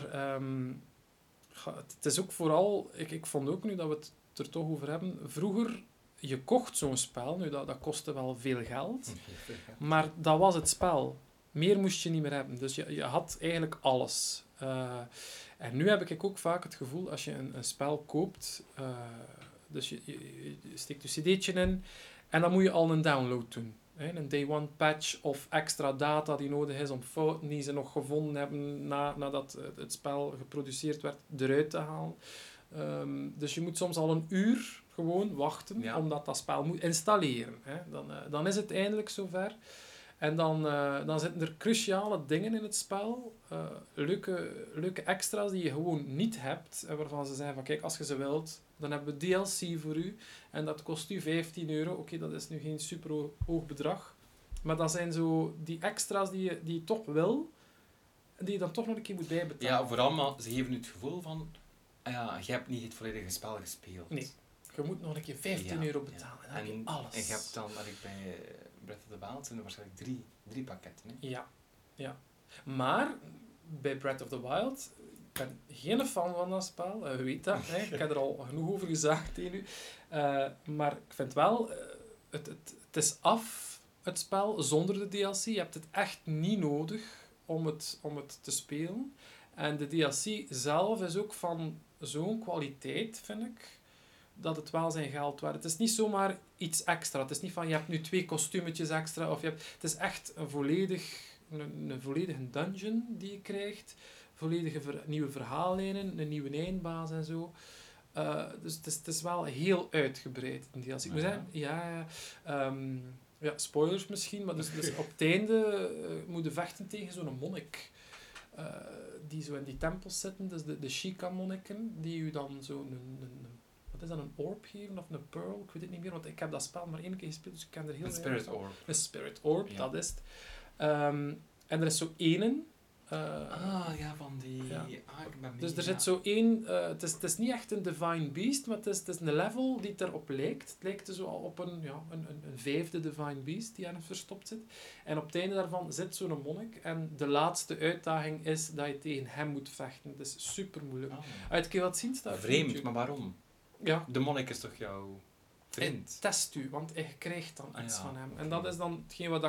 Speaker 4: het is ook vooral... Ik vond ook nu dat we het er toch over hebben... Vroeger, je kocht zo'n spel, nu dat kostte wel veel geld, maar dat was het spel. Meer moest je niet meer hebben. Dus je had eigenlijk alles. En nu heb ik ook vaak het gevoel, als je een spel koopt, dus je steekt je cd'tje in, en dan moet je al een download doen. Een day one patch of extra data die nodig is om fouten die ze nog gevonden hebben nadat het spel geproduceerd werd, eruit te halen. Dus je moet soms al een uur gewoon wachten, omdat dat spel moet installeren. Dan is het eindelijk zover. En dan zitten er cruciale dingen in het spel, leuke extra's die je gewoon niet hebt, en waarvan ze zeggen van kijk, als je ze wilt, dan hebben we DLC voor u, en dat kost u €15. Oké, dat is nu geen super hoog bedrag, maar dat zijn zo die extra's die je toch wil, en die je dan toch nog een keer moet bijbetalen.
Speaker 5: Ja, vooral, maar ze geven nu het gevoel van, je hebt niet het volledige spel gespeeld.
Speaker 4: Nee, je moet nog een keer €15 betalen, en dan heb je alles.
Speaker 5: En je hebt dan, wat ik bij Breath of the Wild, zijn er waarschijnlijk drie pakketten. Hè?
Speaker 4: Ja. Maar bij Breath of the Wild, ik ben geen fan van dat spel, je weet dat, ik heb er al genoeg over gezegd tegen u. Maar ik vind wel, het is af, het spel, zonder de DLC. Je hebt het echt niet nodig om het te spelen. En de DLC zelf is ook van zo'n kwaliteit, vind ik, dat het wel zijn geld waard. Het is niet zomaar iets extra. Het is niet van, je hebt nu 2 kostuumetjes extra. Het is echt een volledige dungeon die je krijgt. Volledige nieuwe verhaallijnen, een nieuwe eindbaas en zo. Dus het is wel heel uitgebreid. Als ik moet zeggen, spoilers misschien, maar dus op het einde moet je vechten tegen zo'n monnik. Die zo in die tempels zitten, dus de Sheikah-monniken, die u dan zo wat is dat, een orb geven of een pearl? Ik weet het niet meer, want ik heb dat spel maar 1 keer gespeeld, dus ik ken er heel veel.
Speaker 5: Een spirit orb.
Speaker 4: Een spirit orb, ja. Dat is het. En er is zo één.
Speaker 5: Van die...
Speaker 4: Ja.
Speaker 5: Ik ben mee,
Speaker 4: dus er zit zo één... Het is niet echt een divine beast, maar het is een level die erop lijkt. Het lijkt dus wel op een 5e divine beast die ergens verstopt zit. En op het einde daarvan zit zo'n monnik. En de laatste uitdaging is dat je tegen hem moet vechten. Het is super moeilijk. Uit keer wat zien staat.
Speaker 5: Vreemd, maar waarom?
Speaker 4: Ja.
Speaker 5: De monnik is toch jouw vriend?
Speaker 4: Hij test u, want hij krijgt dan iets van hem. En dat is dan hetgeen wat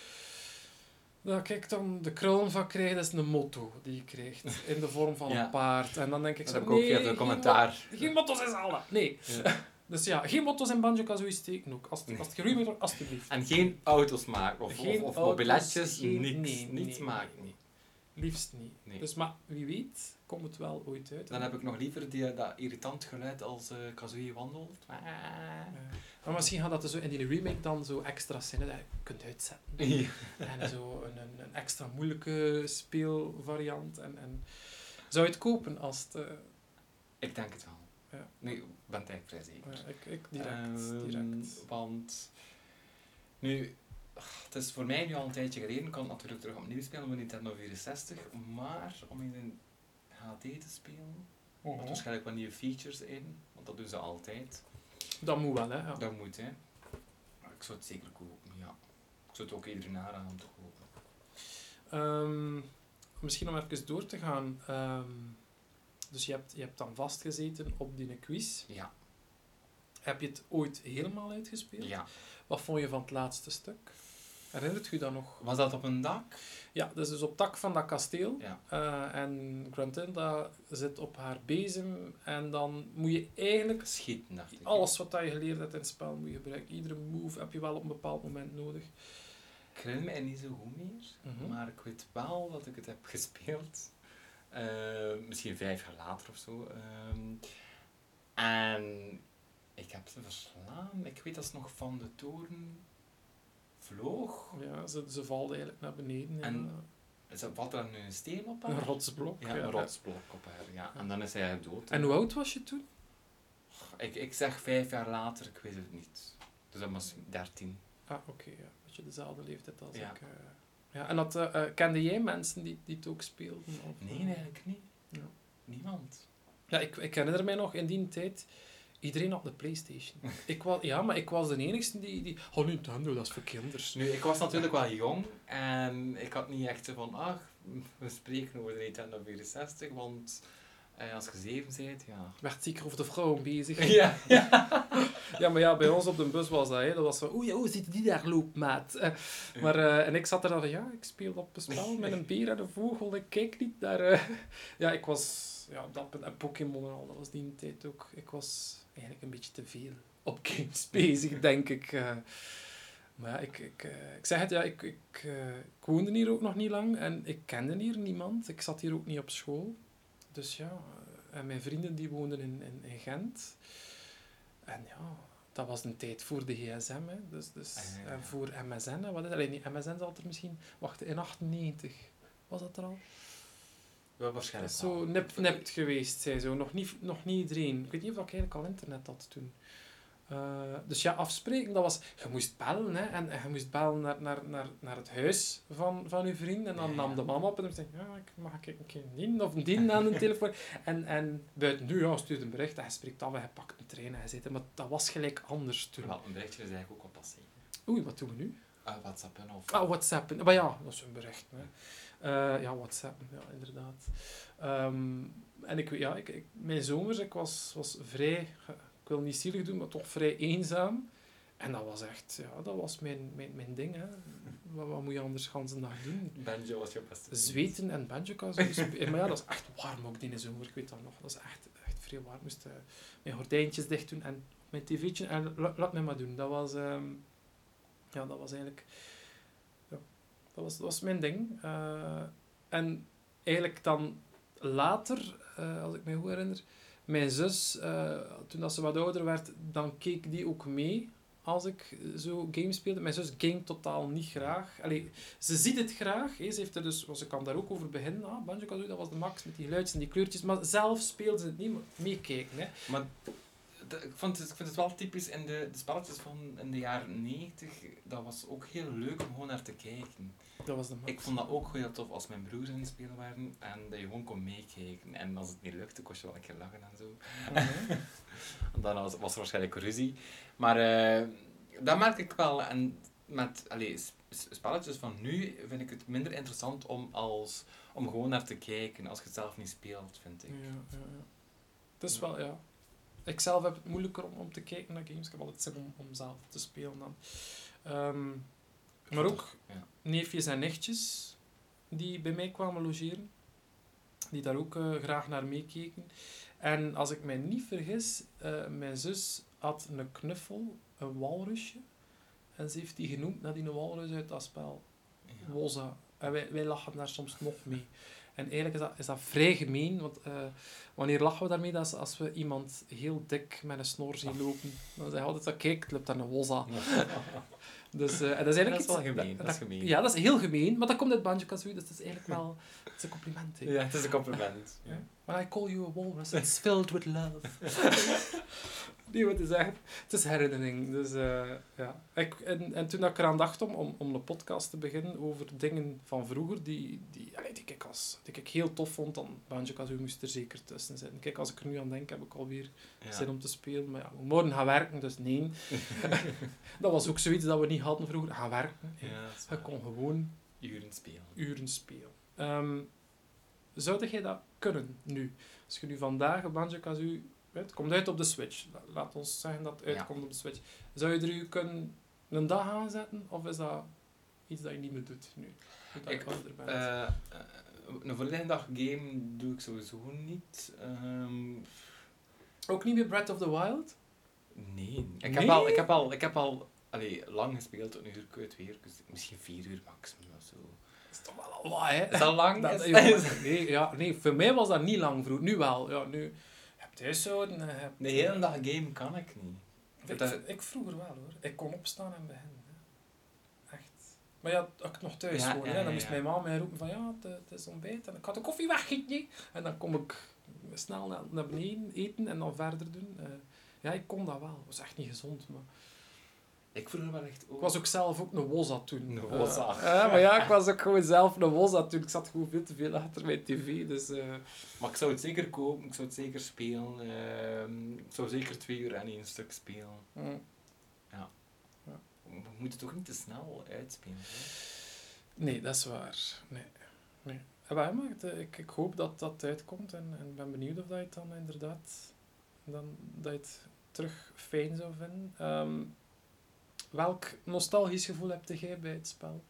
Speaker 4: ik dan de krullen van krijg, dat is een motto die je krijgt. In de vorm van een paard. En dan denk ik
Speaker 5: dat
Speaker 4: zo,
Speaker 5: heb ik ook via de commentaar.
Speaker 4: Geen motto's in alle. Nee. Ja. Dus ja, geen motto's in Banjo-Kazooie steken ook. Als het geremake wordt, alstublieft.
Speaker 5: En geen auto's maken. Of mobiletjes. Niets maken.
Speaker 4: Nee. Liefst niet.
Speaker 5: Nee.
Speaker 4: Dus, maar wie weet, komt het wel ooit uit.
Speaker 5: Dan heb ik nog liever dat irritant geluid als Kazooie wandelt.
Speaker 4: Maar misschien gaat dat er zo in die remake dan zo extra's zijn, dat je kunt uitzetten.
Speaker 5: Ja.
Speaker 4: En zo een extra moeilijke speelvariant. En zou je het kopen als het...
Speaker 5: Ik denk het wel.
Speaker 4: Ja.
Speaker 5: Nee, ik ben het eigenlijk vrij zeker.
Speaker 4: Ja, ik direct.
Speaker 5: Want... Nu... Het is voor mij nu al een tijdje geleden. Ik kan het natuurlijk terug opnieuw spelen met Nintendo 64. Maar om in een HD te spelen... Er zitten waarschijnlijk wat nieuwe features in. Want dat doen ze altijd.
Speaker 4: Dat moet wel, hè. Ja.
Speaker 5: Dat moet, hè. Maar ik zou het zeker kopen, ja. Ik zou het ook iedereen aanraden om te kopen.
Speaker 4: Misschien om even door te gaan. Dus je hebt dan vastgezeten op die quiz.
Speaker 5: Ja.
Speaker 4: Heb je het ooit helemaal uitgespeeld?
Speaker 5: Ja.
Speaker 4: Wat vond je van het laatste stuk? Herinnert je dat nog?
Speaker 5: Was dat op een dak?
Speaker 4: Ja, dat is dus op het dak van dat kasteel.
Speaker 5: Ja.
Speaker 4: En Gruntilda zit op haar bezem. En dan moet je eigenlijk...
Speaker 5: Schieten, dacht ik.
Speaker 4: Alles wat je geleerd hebt in het spel moet je gebruiken. Iedere move heb je wel op een bepaald moment nodig.
Speaker 5: Ik herinner me er niet zo goed meer. Maar ik weet wel dat ik het heb gespeeld. Misschien 5 jaar later of zo. En ik heb ze verslaan. Ik weet dat ze nog van de toren vloog.
Speaker 4: Ja, ze valde eigenlijk naar beneden.
Speaker 5: En valt er nu een steen op haar?
Speaker 4: Een rotsblok.
Speaker 5: Ja, een rotsblok op haar. Ja. En dan is hij dood.
Speaker 4: En hoe oud was je toen?
Speaker 5: Ik zeg 5 jaar later, ik weet het niet. Dus dat was 13.
Speaker 4: Ah, oké. Ja. Beetje dezelfde leeftijd als
Speaker 5: Ja.
Speaker 4: ik. Ja. En kende jij mensen die het ook speelden? Of,
Speaker 5: Nee, eigenlijk niet.
Speaker 4: Ja.
Speaker 5: Niemand.
Speaker 4: Ja, ik herinner mij nog in die tijd... Iedereen had de PlayStation. Maar ik was de enigste die... Oh, Nintendo, dat is voor kinders.
Speaker 5: Nu, ik was natuurlijk wel jong en ik had niet echt zo van, we spreken over de Nintendo 64, want Als je 7 bent, ja.
Speaker 4: Werd zeker over de vrouwen bezig.
Speaker 5: Ja.
Speaker 4: Ja, maar ja, bij ons op de bus was dat. Hè. Dat was zo, hoe ziet die daar loopt, maat? En ik zat er dan van, ja, ik speel op een spel met een beer en een vogel. Ik kijk niet naar... Ja, ik was... Ja, op dat punt... En Pokémon en al, dat was die tijd ook. Ik was eigenlijk een beetje te veel op games bezig, denk ik. Maar ja, ik zeg het, ja, ik woonde hier ook nog niet lang. En ik kende hier niemand. Ik zat hier ook niet op school. Dus ja... En mijn vrienden die woonden in Gent. En ja, dat was een tijd voor de gsm. Hè. Dus en voor MSN. Wat is dat? Nee, MSN zat er misschien... Wacht, in 98 was dat er al?
Speaker 5: Wel waarschijnlijk
Speaker 4: Zo nipt geweest, zei zo. Nog niet iedereen. Ik weet niet of ik eigenlijk al internet had toen. Dus ja, afspreken, dat was... Je moest bellen, hè. En je moest bellen naar het huis van je vriend. En dan nam de mama op en dan zei ja, mag ik een keer die aan de telefoon. En buiten nu, ja, stuurt een bericht en je spreekt af en je pakt een trein en je zit. Maar dat was gelijk anders toen.
Speaker 5: Wel, een berichtje is eigenlijk ook al passé.
Speaker 4: Oei, wat doen we nu?
Speaker 5: WhatsAppen of...
Speaker 4: WhatsApp. Maar ja, dat is een bericht. Hè. Ja, WhatsApp, ja, inderdaad. En mijn zomers, ik was vrij... Ik wil niet zielig doen, maar toch vrij eenzaam. En dat was echt... Ja, dat was mijn ding, hè. Wat moet je anders de hele dag doen?
Speaker 5: Banjo was je beste.
Speaker 4: Zweten en banjo-kazoo spelen. Maar ja, dat is echt warm ook die zomer. Ik weet dat nog. Dat is echt vrij warm. Ik moest mijn gordijntjes dicht doen en mijn tv'tje. En laat mij maar doen. Dat was... Ja, dat was eigenlijk... Ja, dat was mijn ding. En eigenlijk dan later, als ik me goed herinner... Mijn zus, toen dat ze wat ouder werd, dan keek die ook mee als ik zo games speelde. Mijn zus game totaal niet graag. Allee, ze ziet het graag. Hè. Ze heeft er dus, ze kan daar ook over beginnen. Banjo-Kazooie, dat was de max met die geluidjes en die kleurtjes. Maar zelf speelde ze het niet, maar meekijken. Hè.
Speaker 5: Maar ik vind het wel typisch in de spelletjes van in de jaren 90. Dat was ook heel leuk om gewoon naar te kijken.
Speaker 4: Dat was de max.
Speaker 5: Ik vond dat ook heel tof als mijn broers aan het spelen waren en dat je gewoon kon meekijken. En als het niet lukte, kon je wel een keer lachen en zo. Dan was er waarschijnlijk ruzie. Maar dat merk ik wel. En met spelletjes van nu vind ik het minder interessant om gewoon naar te kijken als je het zelf niet speelt, vind ik.
Speaker 4: Ja. Het is wel, ja. Ik zelf heb het moeilijker om te kijken naar games. Ik heb altijd zin om zelf te spelen dan. Maar ook neefjes en nichtjes die bij mij kwamen logeren. Die daar ook graag naar meekeken. En als ik mij niet vergis, mijn zus had een knuffel, een walrusje. En ze heeft die genoemd naar die walrus uit dat spel.
Speaker 5: Ja.
Speaker 4: Woza. En wij lachen daar soms nog mee. En eigenlijk is dat vrij gemeen, want wanneer lachen we daarmee? Dat is als we iemand heel dik met een snor zien lopen. Dan zeggen we altijd zo, kijk, het loopt daar een woza. Dus, en dat is eigenlijk
Speaker 5: dat is wel gemeen. Dat is gemeen.
Speaker 4: Ja, dat is heel gemeen, maar dat komt uit Banjo-Kazooie, dus het is eigenlijk wel het is een compliment. Hè.
Speaker 5: Ja, het is een compliment. Ja.
Speaker 4: When I call you a walrus, it's filled with love. Nee, wat is echt... Het is herinnering. Dus, ja. En toen ik eraan dacht om een podcast te beginnen over dingen van vroeger, die ik heel tof vond, dan Banjo-Kazooie moest er zeker tussen zitten. Kijk, als ik er nu aan denk, heb ik alweer zin om te spelen. Maar ja, we morgen gaan werken, dus nee. Dat was ook zoiets dat we niet hadden vroeger. Gaan werken.
Speaker 5: Ja,
Speaker 4: je kon gewoon...
Speaker 5: Uren spelen.
Speaker 4: Zou jij dat kunnen, nu? Als je nu vandaag Banjo-Kazooie... Het komt uit op de Switch. Laat ons zeggen dat het uitkomt op de Switch. Zou je er u kunnen een dag aanzetten? Of is dat iets dat je niet meer doet nu?
Speaker 5: Een volledige dag game doe ik sowieso niet.
Speaker 4: Ook niet meer Breath of the Wild?
Speaker 5: Nee. Ik heb al lang gespeeld, een uur kwijt weer. Dus misschien 4 uur maximum of zo.
Speaker 4: Dat is toch wel al wat, hè?
Speaker 5: Is dat lang?
Speaker 4: Nee, voor mij was dat niet lang vroeg. Nu wel. Ja, nu... Huishouden.
Speaker 5: De hele dag game kan ik niet.
Speaker 4: Ik vroeger wel hoor. Ik kon opstaan en beginnen. Hè. Echt. Maar ja, als ik nog thuis woonde, dan moest mijn ma mij roepen van ja, het is ontbijt. En ik had de koffie weggieten. En dan kom ik snel naar beneden eten en dan verder doen. Ja, ik kon dat wel. Het was echt niet gezond. Maar...
Speaker 5: Ik vroeger wel echt ook.
Speaker 4: Ik was ook zelf ook een wozza toen.
Speaker 5: Een wozza.
Speaker 4: Maar ja, ik was ook gewoon zelf een wozza toen. Ik zat gewoon veel te veel achter mijn tv. Dus,
Speaker 5: Maar ik zou het zeker kopen, ik zou het zeker spelen. Ik zou zeker 2 uur en 1 stuk spelen. Ja. We moeten toch niet te snel uitspelen? Hè?
Speaker 4: Nee, dat is waar. Nee. Maar ik hoop dat dat uitkomt en ben benieuwd of dat je het dan inderdaad dat je het terug fijn zou vinden. Welk nostalgisch gevoel heb jij bij het spel?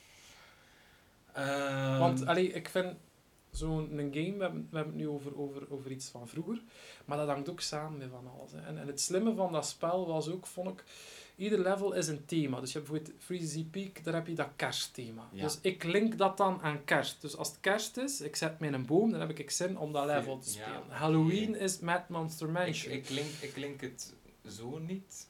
Speaker 4: Want ik vind zo'n game, we hebben het nu over iets van vroeger, maar dat hangt ook samen met van alles. Hè. En het slimme van dat spel was ook, vond ik, ieder level is een thema. Dus je hebt bijvoorbeeld Freezy Peak, daar heb je dat kerstthema. Ja. Dus ik link dat dan aan kerst. Dus als het kerst is, ik zet me in een boom, dan heb ik zin om dat level te spelen. Ja. Halloween is Mad Monster Mansion.
Speaker 5: Ik link het zo niet.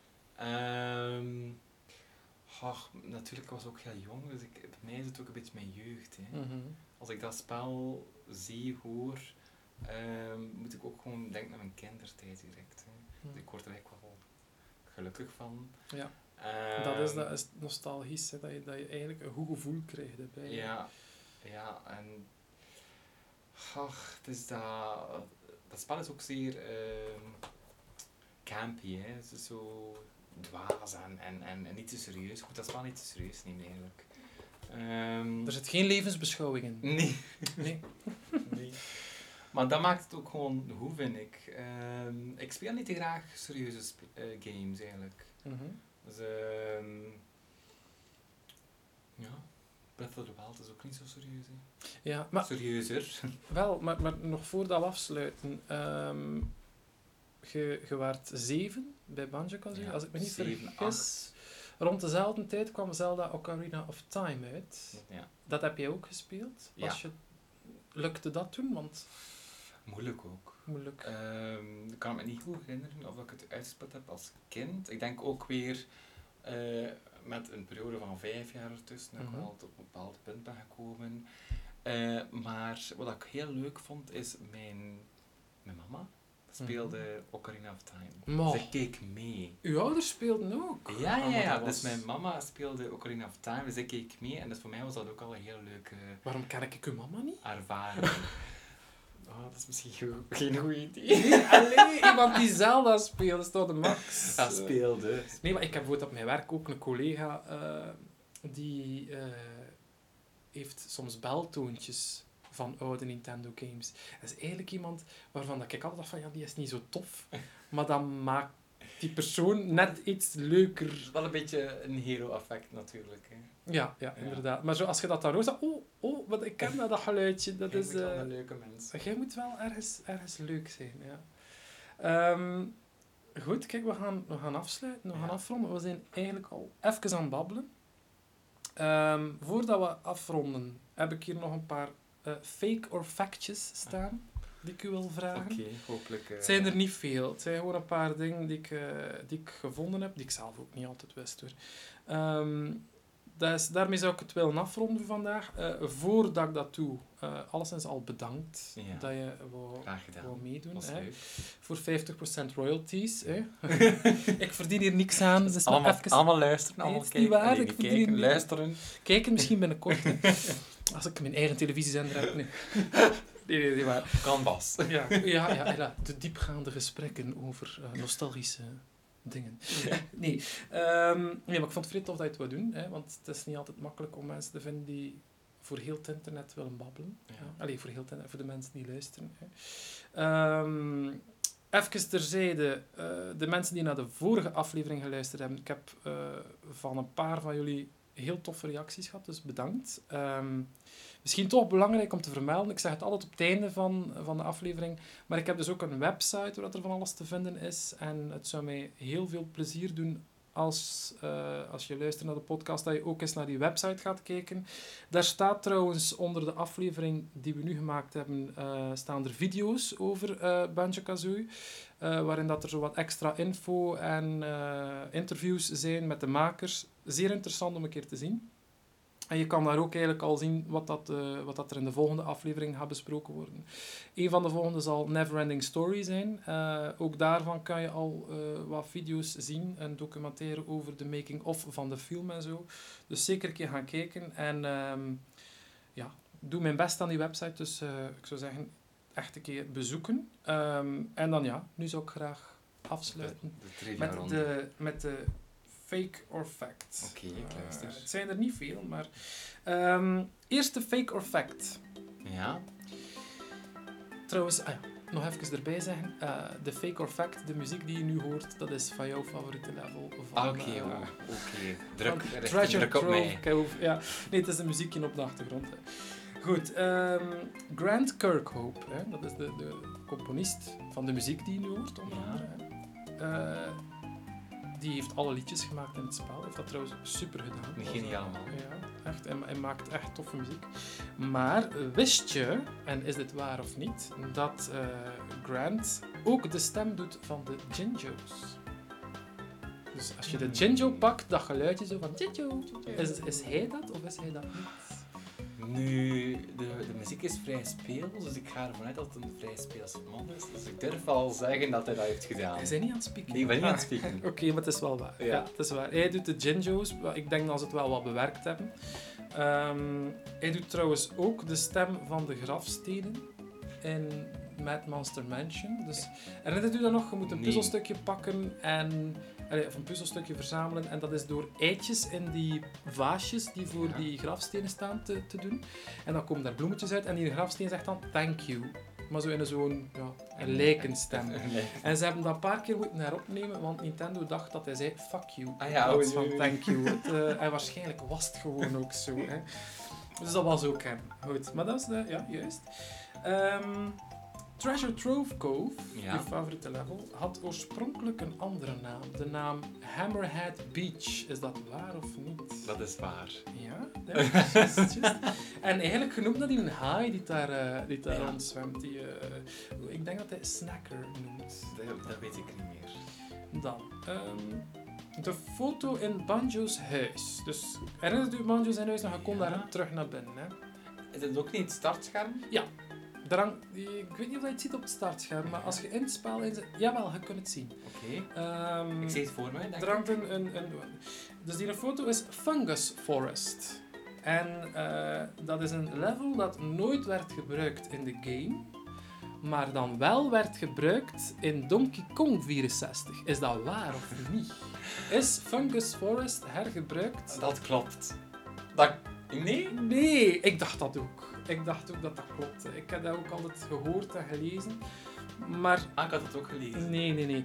Speaker 5: Natuurlijk was ik ook heel jong, dus bij mij is het ook een beetje mijn jeugd. Hè. Mm-hmm. Als ik dat spel zie, hoor, moet ik ook gewoon denken aan mijn kindertijd direct. Hè. Mm. Dus ik word er eigenlijk wel gelukkig van.
Speaker 4: Ja. Dat is nostalgisch, hè, dat je eigenlijk een goed gevoel krijgt erbij.
Speaker 5: Ja, en het is dat spel is ook zeer campy, hè. Het is zo dwaas en niet te serieus. Ik moet dat spel niet te serieus nemen eigenlijk.
Speaker 4: Er zit geen levensbeschouwing in.
Speaker 5: Nee. Nee. Maar dat maakt het ook gewoon goed, vind ik. Ik speel niet te graag serieuze games eigenlijk. Mm-hmm. Dus Breath of the Wild is ook niet zo serieus. Hè.
Speaker 4: Ja, maar
Speaker 5: serieuzer.
Speaker 4: Wel, maar nog voordat we afsluiten. Je waart 7 bij Banjo-Kazooie, als ik me niet vergis. Rond dezelfde tijd kwam Zelda Ocarina of Time uit. Ja. Dat heb jij ook gespeeld.
Speaker 5: Ja.
Speaker 4: Lukte dat toen? Want
Speaker 5: moeilijk ook.
Speaker 4: Moeilijk.
Speaker 5: Ik kan me niet goed herinneren of ik het uitgespeeld heb als kind. Ik denk ook weer met een periode van 5 jaar ertussen, dat ik wel tot een bepaald punt ben gekomen. Maar wat ik heel leuk vond, is mijn mama speelde Ocarina of Time. Ze keek mee.
Speaker 4: Uw ouders speelden ook?
Speaker 5: Ja. Dus mijn mama speelde Ocarina of Time, dus ik keek mee. En dus voor mij was dat ook al een heel leuke...
Speaker 4: Waarom ken ik uw mama niet?
Speaker 5: Ervaring. Dat is misschien geen goed idee.
Speaker 4: Nee, iemand die Zelda speelde, is toch de max.
Speaker 5: Dat speelde.
Speaker 4: Nee, maar ik heb bijvoorbeeld op mijn werk ook een collega die heeft soms beltoontjes van oude Nintendo games. Dat is eigenlijk iemand waarvan dat ik altijd dacht van, die is niet zo tof. Maar dan maakt die persoon net iets leuker.
Speaker 5: Wel een beetje een hero-effect natuurlijk. Hè.
Speaker 4: Ja, inderdaad. Maar zo, als je dat dan hoort, wat ik ken dat geluidje. Dat is
Speaker 5: wel een leuke mens.
Speaker 4: Jij moet wel ergens leuk zijn, ja. Goed, kijk, we gaan afsluiten, we gaan afronden. We zijn eigenlijk al even aan het babbelen. Voordat we afronden, heb ik hier nog een paar fake or factjes staan die ik u wil vragen.
Speaker 5: Oké, hopelijk.
Speaker 4: Het zijn er niet veel. Het zijn gewoon een paar dingen die ik gevonden heb, die ik zelf ook niet altijd wist, hoor. Daarmee zou ik het willen afronden vandaag. Voordat ik dat doe, alleszins al bedankt dat je wou meedoen. Hè. Voor 50% royalties. Hè. Ik verdien hier niks aan. Dus
Speaker 5: allemaal luisteren, allemaal kijken.
Speaker 4: Ik verdien
Speaker 5: luisteren.
Speaker 4: Kijken misschien binnenkort. Hè. Als ik mijn eigen televisiezender heb. Nee, maar...
Speaker 5: Canvas.
Speaker 4: Ja, de diepgaande gesprekken over nostalgische dingen. Nee, maar ik vond het vrij tof dat je het wou doen, hè, want het is niet altijd makkelijk om mensen te vinden die voor heel het internet willen babbelen. Ja. Allee, voor heel het internet, voor de mensen die luisteren. Hè. Even terzijde, de mensen die naar de vorige aflevering geluisterd hebben, ik heb van een paar van jullie heel toffe reacties gehad, dus bedankt. Misschien toch belangrijk om te vermelden, ik zeg het altijd op het einde van de aflevering, maar ik heb dus ook een website waar er van alles te vinden is en het zou mij heel veel plezier doen als je luistert naar de podcast, dat je ook eens naar die website gaat kijken. Daar staat trouwens onder de aflevering die we nu gemaakt hebben, staan er video's over Banjo-Kazooie, waarin dat er zo wat extra info en interviews zijn met de makers. Zeer interessant om een keer te zien. En je kan daar ook eigenlijk al zien wat dat er in de volgende aflevering gaat besproken worden. Een van de volgende zal Neverending Story zijn. Ook daarvan kan je al wat video's zien. Een documentaire over de making-of van de film en zo. Dus zeker een keer gaan kijken. En doe mijn best aan die website. Dus ik zou zeggen, echt een keer bezoeken. En dan nu zou ik graag afsluiten met de fake or fact.
Speaker 5: Oké, ik luister.
Speaker 4: Het zijn er niet veel, maar... eerste fake or fact.
Speaker 5: Ja.
Speaker 4: Trouwens, nog even erbij zeggen. De Fake or Fact, de muziek die je nu hoort, dat is van jouw favoriete level. Van,
Speaker 5: Oké.
Speaker 4: Treasure
Speaker 5: Druk op mij.
Speaker 4: Trove. Ja. Nee, het is een muziekje op de achtergrond. Hè. Goed. Grant Kirkhope, hè, dat is de componist van de muziek die je nu hoort, onder andere. Hè. Die heeft alle liedjes gemaakt in het spel. Hij heeft dat trouwens super gedaan.
Speaker 5: Geniaal.
Speaker 4: Ja, echt. Hij maakt echt toffe muziek. Maar wist je, en is dit waar of niet, dat Grant ook de stem doet van de Jinjos? Dus als je de Jinjo pakt, dat geluidje zo van Jinjo, is hij dat of is hij dat niet?
Speaker 5: Nu, de muziek is vrij speels, dus ik ga ervan uit dat het een vrij speels man is. Dus ik durf al zeggen dat hij dat heeft gedaan.
Speaker 4: Hij is niet aan het spieken.
Speaker 5: Nee, ik ben niet aan het spieken.
Speaker 4: Oké, maar het is wel waar.
Speaker 5: Ja.
Speaker 4: Ja, het is waar. Hij doet de Jinjos. Ik denk dat ze het wel wat bewerkt hebben. Hij doet trouwens ook de stem van de grafstenen in Mad Monster Mansion. Dus herinnert u dat nog? Je moet een puzzelstukje pakken en... of een puzzelstukje verzamelen. En dat is door eitjes in die vaasjes die voor die grafstenen staan te doen. En dan komen daar bloemetjes uit en die grafsteen zegt dan thank you. Maar zo in zo'n een lijkenstem. En ze hebben dat een paar keer moeten heropnemen, want Nintendo dacht dat hij zei fuck you. In plaats van thank you. En waarschijnlijk was het gewoon ook zo. Hè. Dus dat was ook hem. Goed, maar dat is juist. Treasure Trove Cove, je favoriete level, had oorspronkelijk een andere naam. De naam Hammerhead Beach. Is dat waar of niet?
Speaker 5: Dat is waar.
Speaker 4: Ja, just. En eigenlijk genoemd naar die haai die daar rondzwemt. Ik denk dat hij Snacker noemt.
Speaker 5: Dat weet ik niet meer.
Speaker 4: Dan, de foto in Banjo's huis. Dus herinnert u Banjo's huis? Dan kon daar terug naar binnen. Hè?
Speaker 5: Is het ook niet het startscherm?
Speaker 4: Ja. Ik weet niet of je het ziet op het startscherm, maar als je in het spel inzet... Jawel, je kunt het zien.
Speaker 5: Oké. Ik zie het voor mij, denk
Speaker 4: er hangt dus die foto is Fungus Forest. En dat is een level dat nooit werd gebruikt in de game, maar dan wel werd gebruikt in Donkey Kong 64. Is dat waar of niet? Is Fungus Forest hergebruikt?
Speaker 5: Dat klopt. Nee?
Speaker 4: Nee, ik dacht dat ook. Ik dacht ook dat dat klopte. Ik heb dat ook altijd gehoord en gelezen. Maar...
Speaker 5: ik had het ook gelezen.
Speaker 4: Nee. Nee,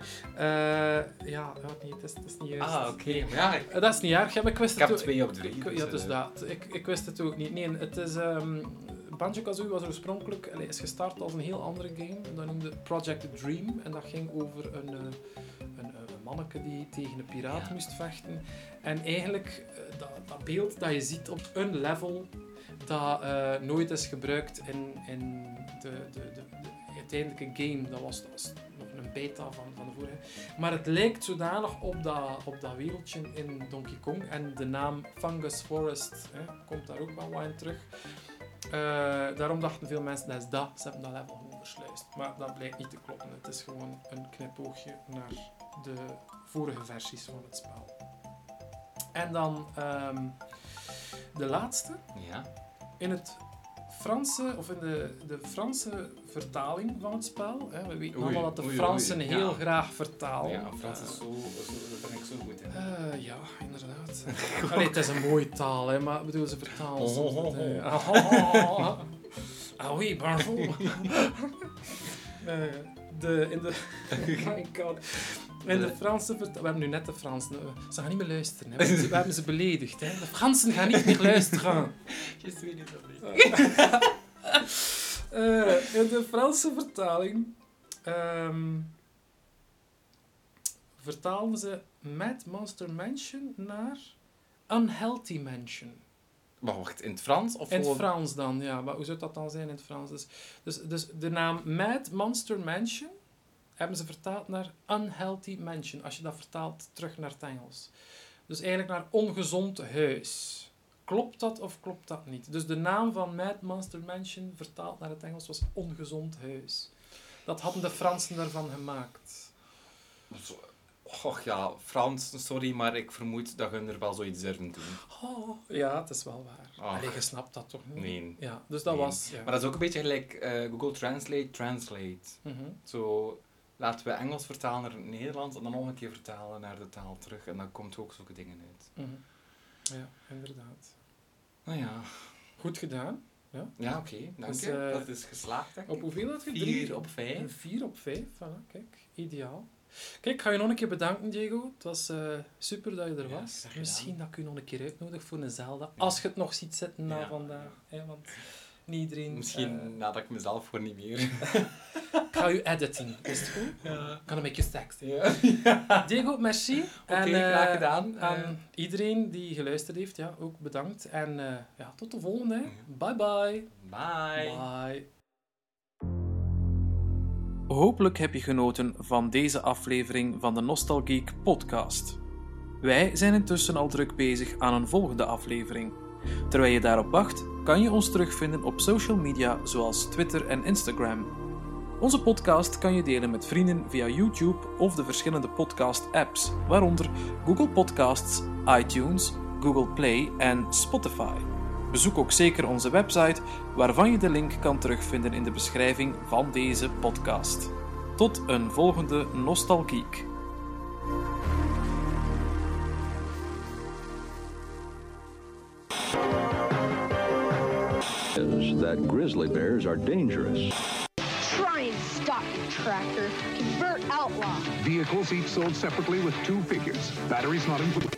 Speaker 4: het is niet juist.
Speaker 5: Oké.
Speaker 4: Nee.
Speaker 5: Ja,
Speaker 4: dat is niet erg. Ja, maar ik wist
Speaker 5: heb
Speaker 4: het
Speaker 5: 2 op 3.
Speaker 4: Ja, dus dat. Ik wist het ook niet. Nee, het is... Banjo-Kazooie was oorspronkelijk... is gestart als een heel andere game. Dat noemde Project Dream. En dat ging over een manneke die tegen een piraat moest vechten. En eigenlijk, dat beeld dat je ziet op een level... dat nooit is gebruikt in de uiteindelijke game. Dat was nog een beta van de vorige. Maar het lijkt zodanig op dat wereldje in Donkey Kong. En de naam Fungus Forest komt daar ook wel wat in terug. Daarom dachten veel mensen dat is dat. Ze hebben dat level gewoon versluist. Maar dat blijkt niet te kloppen. Het is gewoon een knipoogje naar de vorige versies van het spel. En dan de laatste.
Speaker 5: Ja.
Speaker 4: In het Franse, of in de Franse vertaling van het spel. We weten allemaal dat de Fransen heel graag vertalen.
Speaker 5: Ja, Frans is daar ben ik zo goed in.
Speaker 4: Ja, inderdaad. Allee, het is een mooie taal, hè, maar bedoel, ze vertalen soms. Ah oui, bonjour. In de Franse vertaling... We hebben nu net de Fransen. Ze gaan niet meer luisteren. Hè. We hebben ze beledigd. Hè. De Fransen gaan niet meer luisteren. In de Franse vertaling vertalen ze Mad Monster Mansion naar Unhealthy Mansion.
Speaker 5: Maar wacht, in het Frans? Of
Speaker 4: in het Frans dan, ja. Maar hoe zou dat dan zijn in het Frans? Dus de naam Mad Monster Mansion hebben ze vertaald naar Unhealthy Mansion. Als je dat vertaalt terug naar het Engels. Dus eigenlijk naar ongezond huis. Klopt dat of klopt dat niet? Dus de naam van Mad Monster Mansion vertaald naar het Engels was ongezond huis. Dat hadden de Fransen daarvan gemaakt.
Speaker 5: Och ja, Frans, sorry, maar ik vermoed dat hun er wel zoiets durven doen.
Speaker 4: Oh, ja, het is wel waar. Allee, je snapt dat toch niet?
Speaker 5: Nee.
Speaker 4: Ja, dus dat was... Ja.
Speaker 5: Maar dat is ook een beetje gelijk Google Translate.
Speaker 4: Mm-hmm.
Speaker 5: Zo, laten we Engels vertalen naar het Nederlands en dan nog een keer vertalen naar de taal terug. En dan komt ook zulke dingen uit.
Speaker 4: Mm-hmm. Ja, inderdaad.
Speaker 5: Nou ja.
Speaker 4: Goed gedaan. Ja,
Speaker 5: Ja, oké. Dank
Speaker 4: Dus,
Speaker 5: je. Dat is geslaagd, denk ik.
Speaker 4: op hoeveel had je?
Speaker 5: 4 op 5.
Speaker 4: 4 op 5, voilà, kijk, ideaal. Kijk, ik ga je nog een keer bedanken, Diego. Het was super dat je er
Speaker 5: Ja,
Speaker 4: was.
Speaker 5: graag gedaan.
Speaker 4: Misschien dat ik je nog een keer uitnodig voor een Zelda. Als je het nog ziet zitten na
Speaker 5: Ja.
Speaker 4: vandaag. Hè, want niet iedereen...
Speaker 5: Misschien nadat ik mezelf voor niet meer.
Speaker 4: Ik ga je editen, is het goed?
Speaker 5: Ja.
Speaker 4: Ik kan een beetje teksten.
Speaker 5: Ja.
Speaker 4: Diego, merci.
Speaker 5: Oké, graag gedaan.
Speaker 4: Aan iedereen die geluisterd heeft, ja, ook bedankt. En ja, tot de volgende. Hè. Bye bye.
Speaker 5: Bye.
Speaker 4: Bye. Hopelijk heb je genoten van deze aflevering van de Nostalgeek podcast. Wij zijn intussen al druk bezig aan een volgende aflevering. Terwijl je daarop wacht, kan je ons terugvinden op social media zoals Twitter en Instagram. Onze podcast kan je delen met vrienden via YouTube of de verschillende podcast-apps, waaronder Google Podcasts, iTunes, Google Play en Spotify. Bezoek ook zeker onze website, waarvan je de link kan terugvinden in de beschrijving van deze podcast. Tot een volgende Nostalgeek.
Speaker 6: Is that grizzly bears are dangerous.
Speaker 7: Try and stop your tractor. Convert outlaw.
Speaker 2: Vehicles each sold separately with 2 figures. Batteries not included.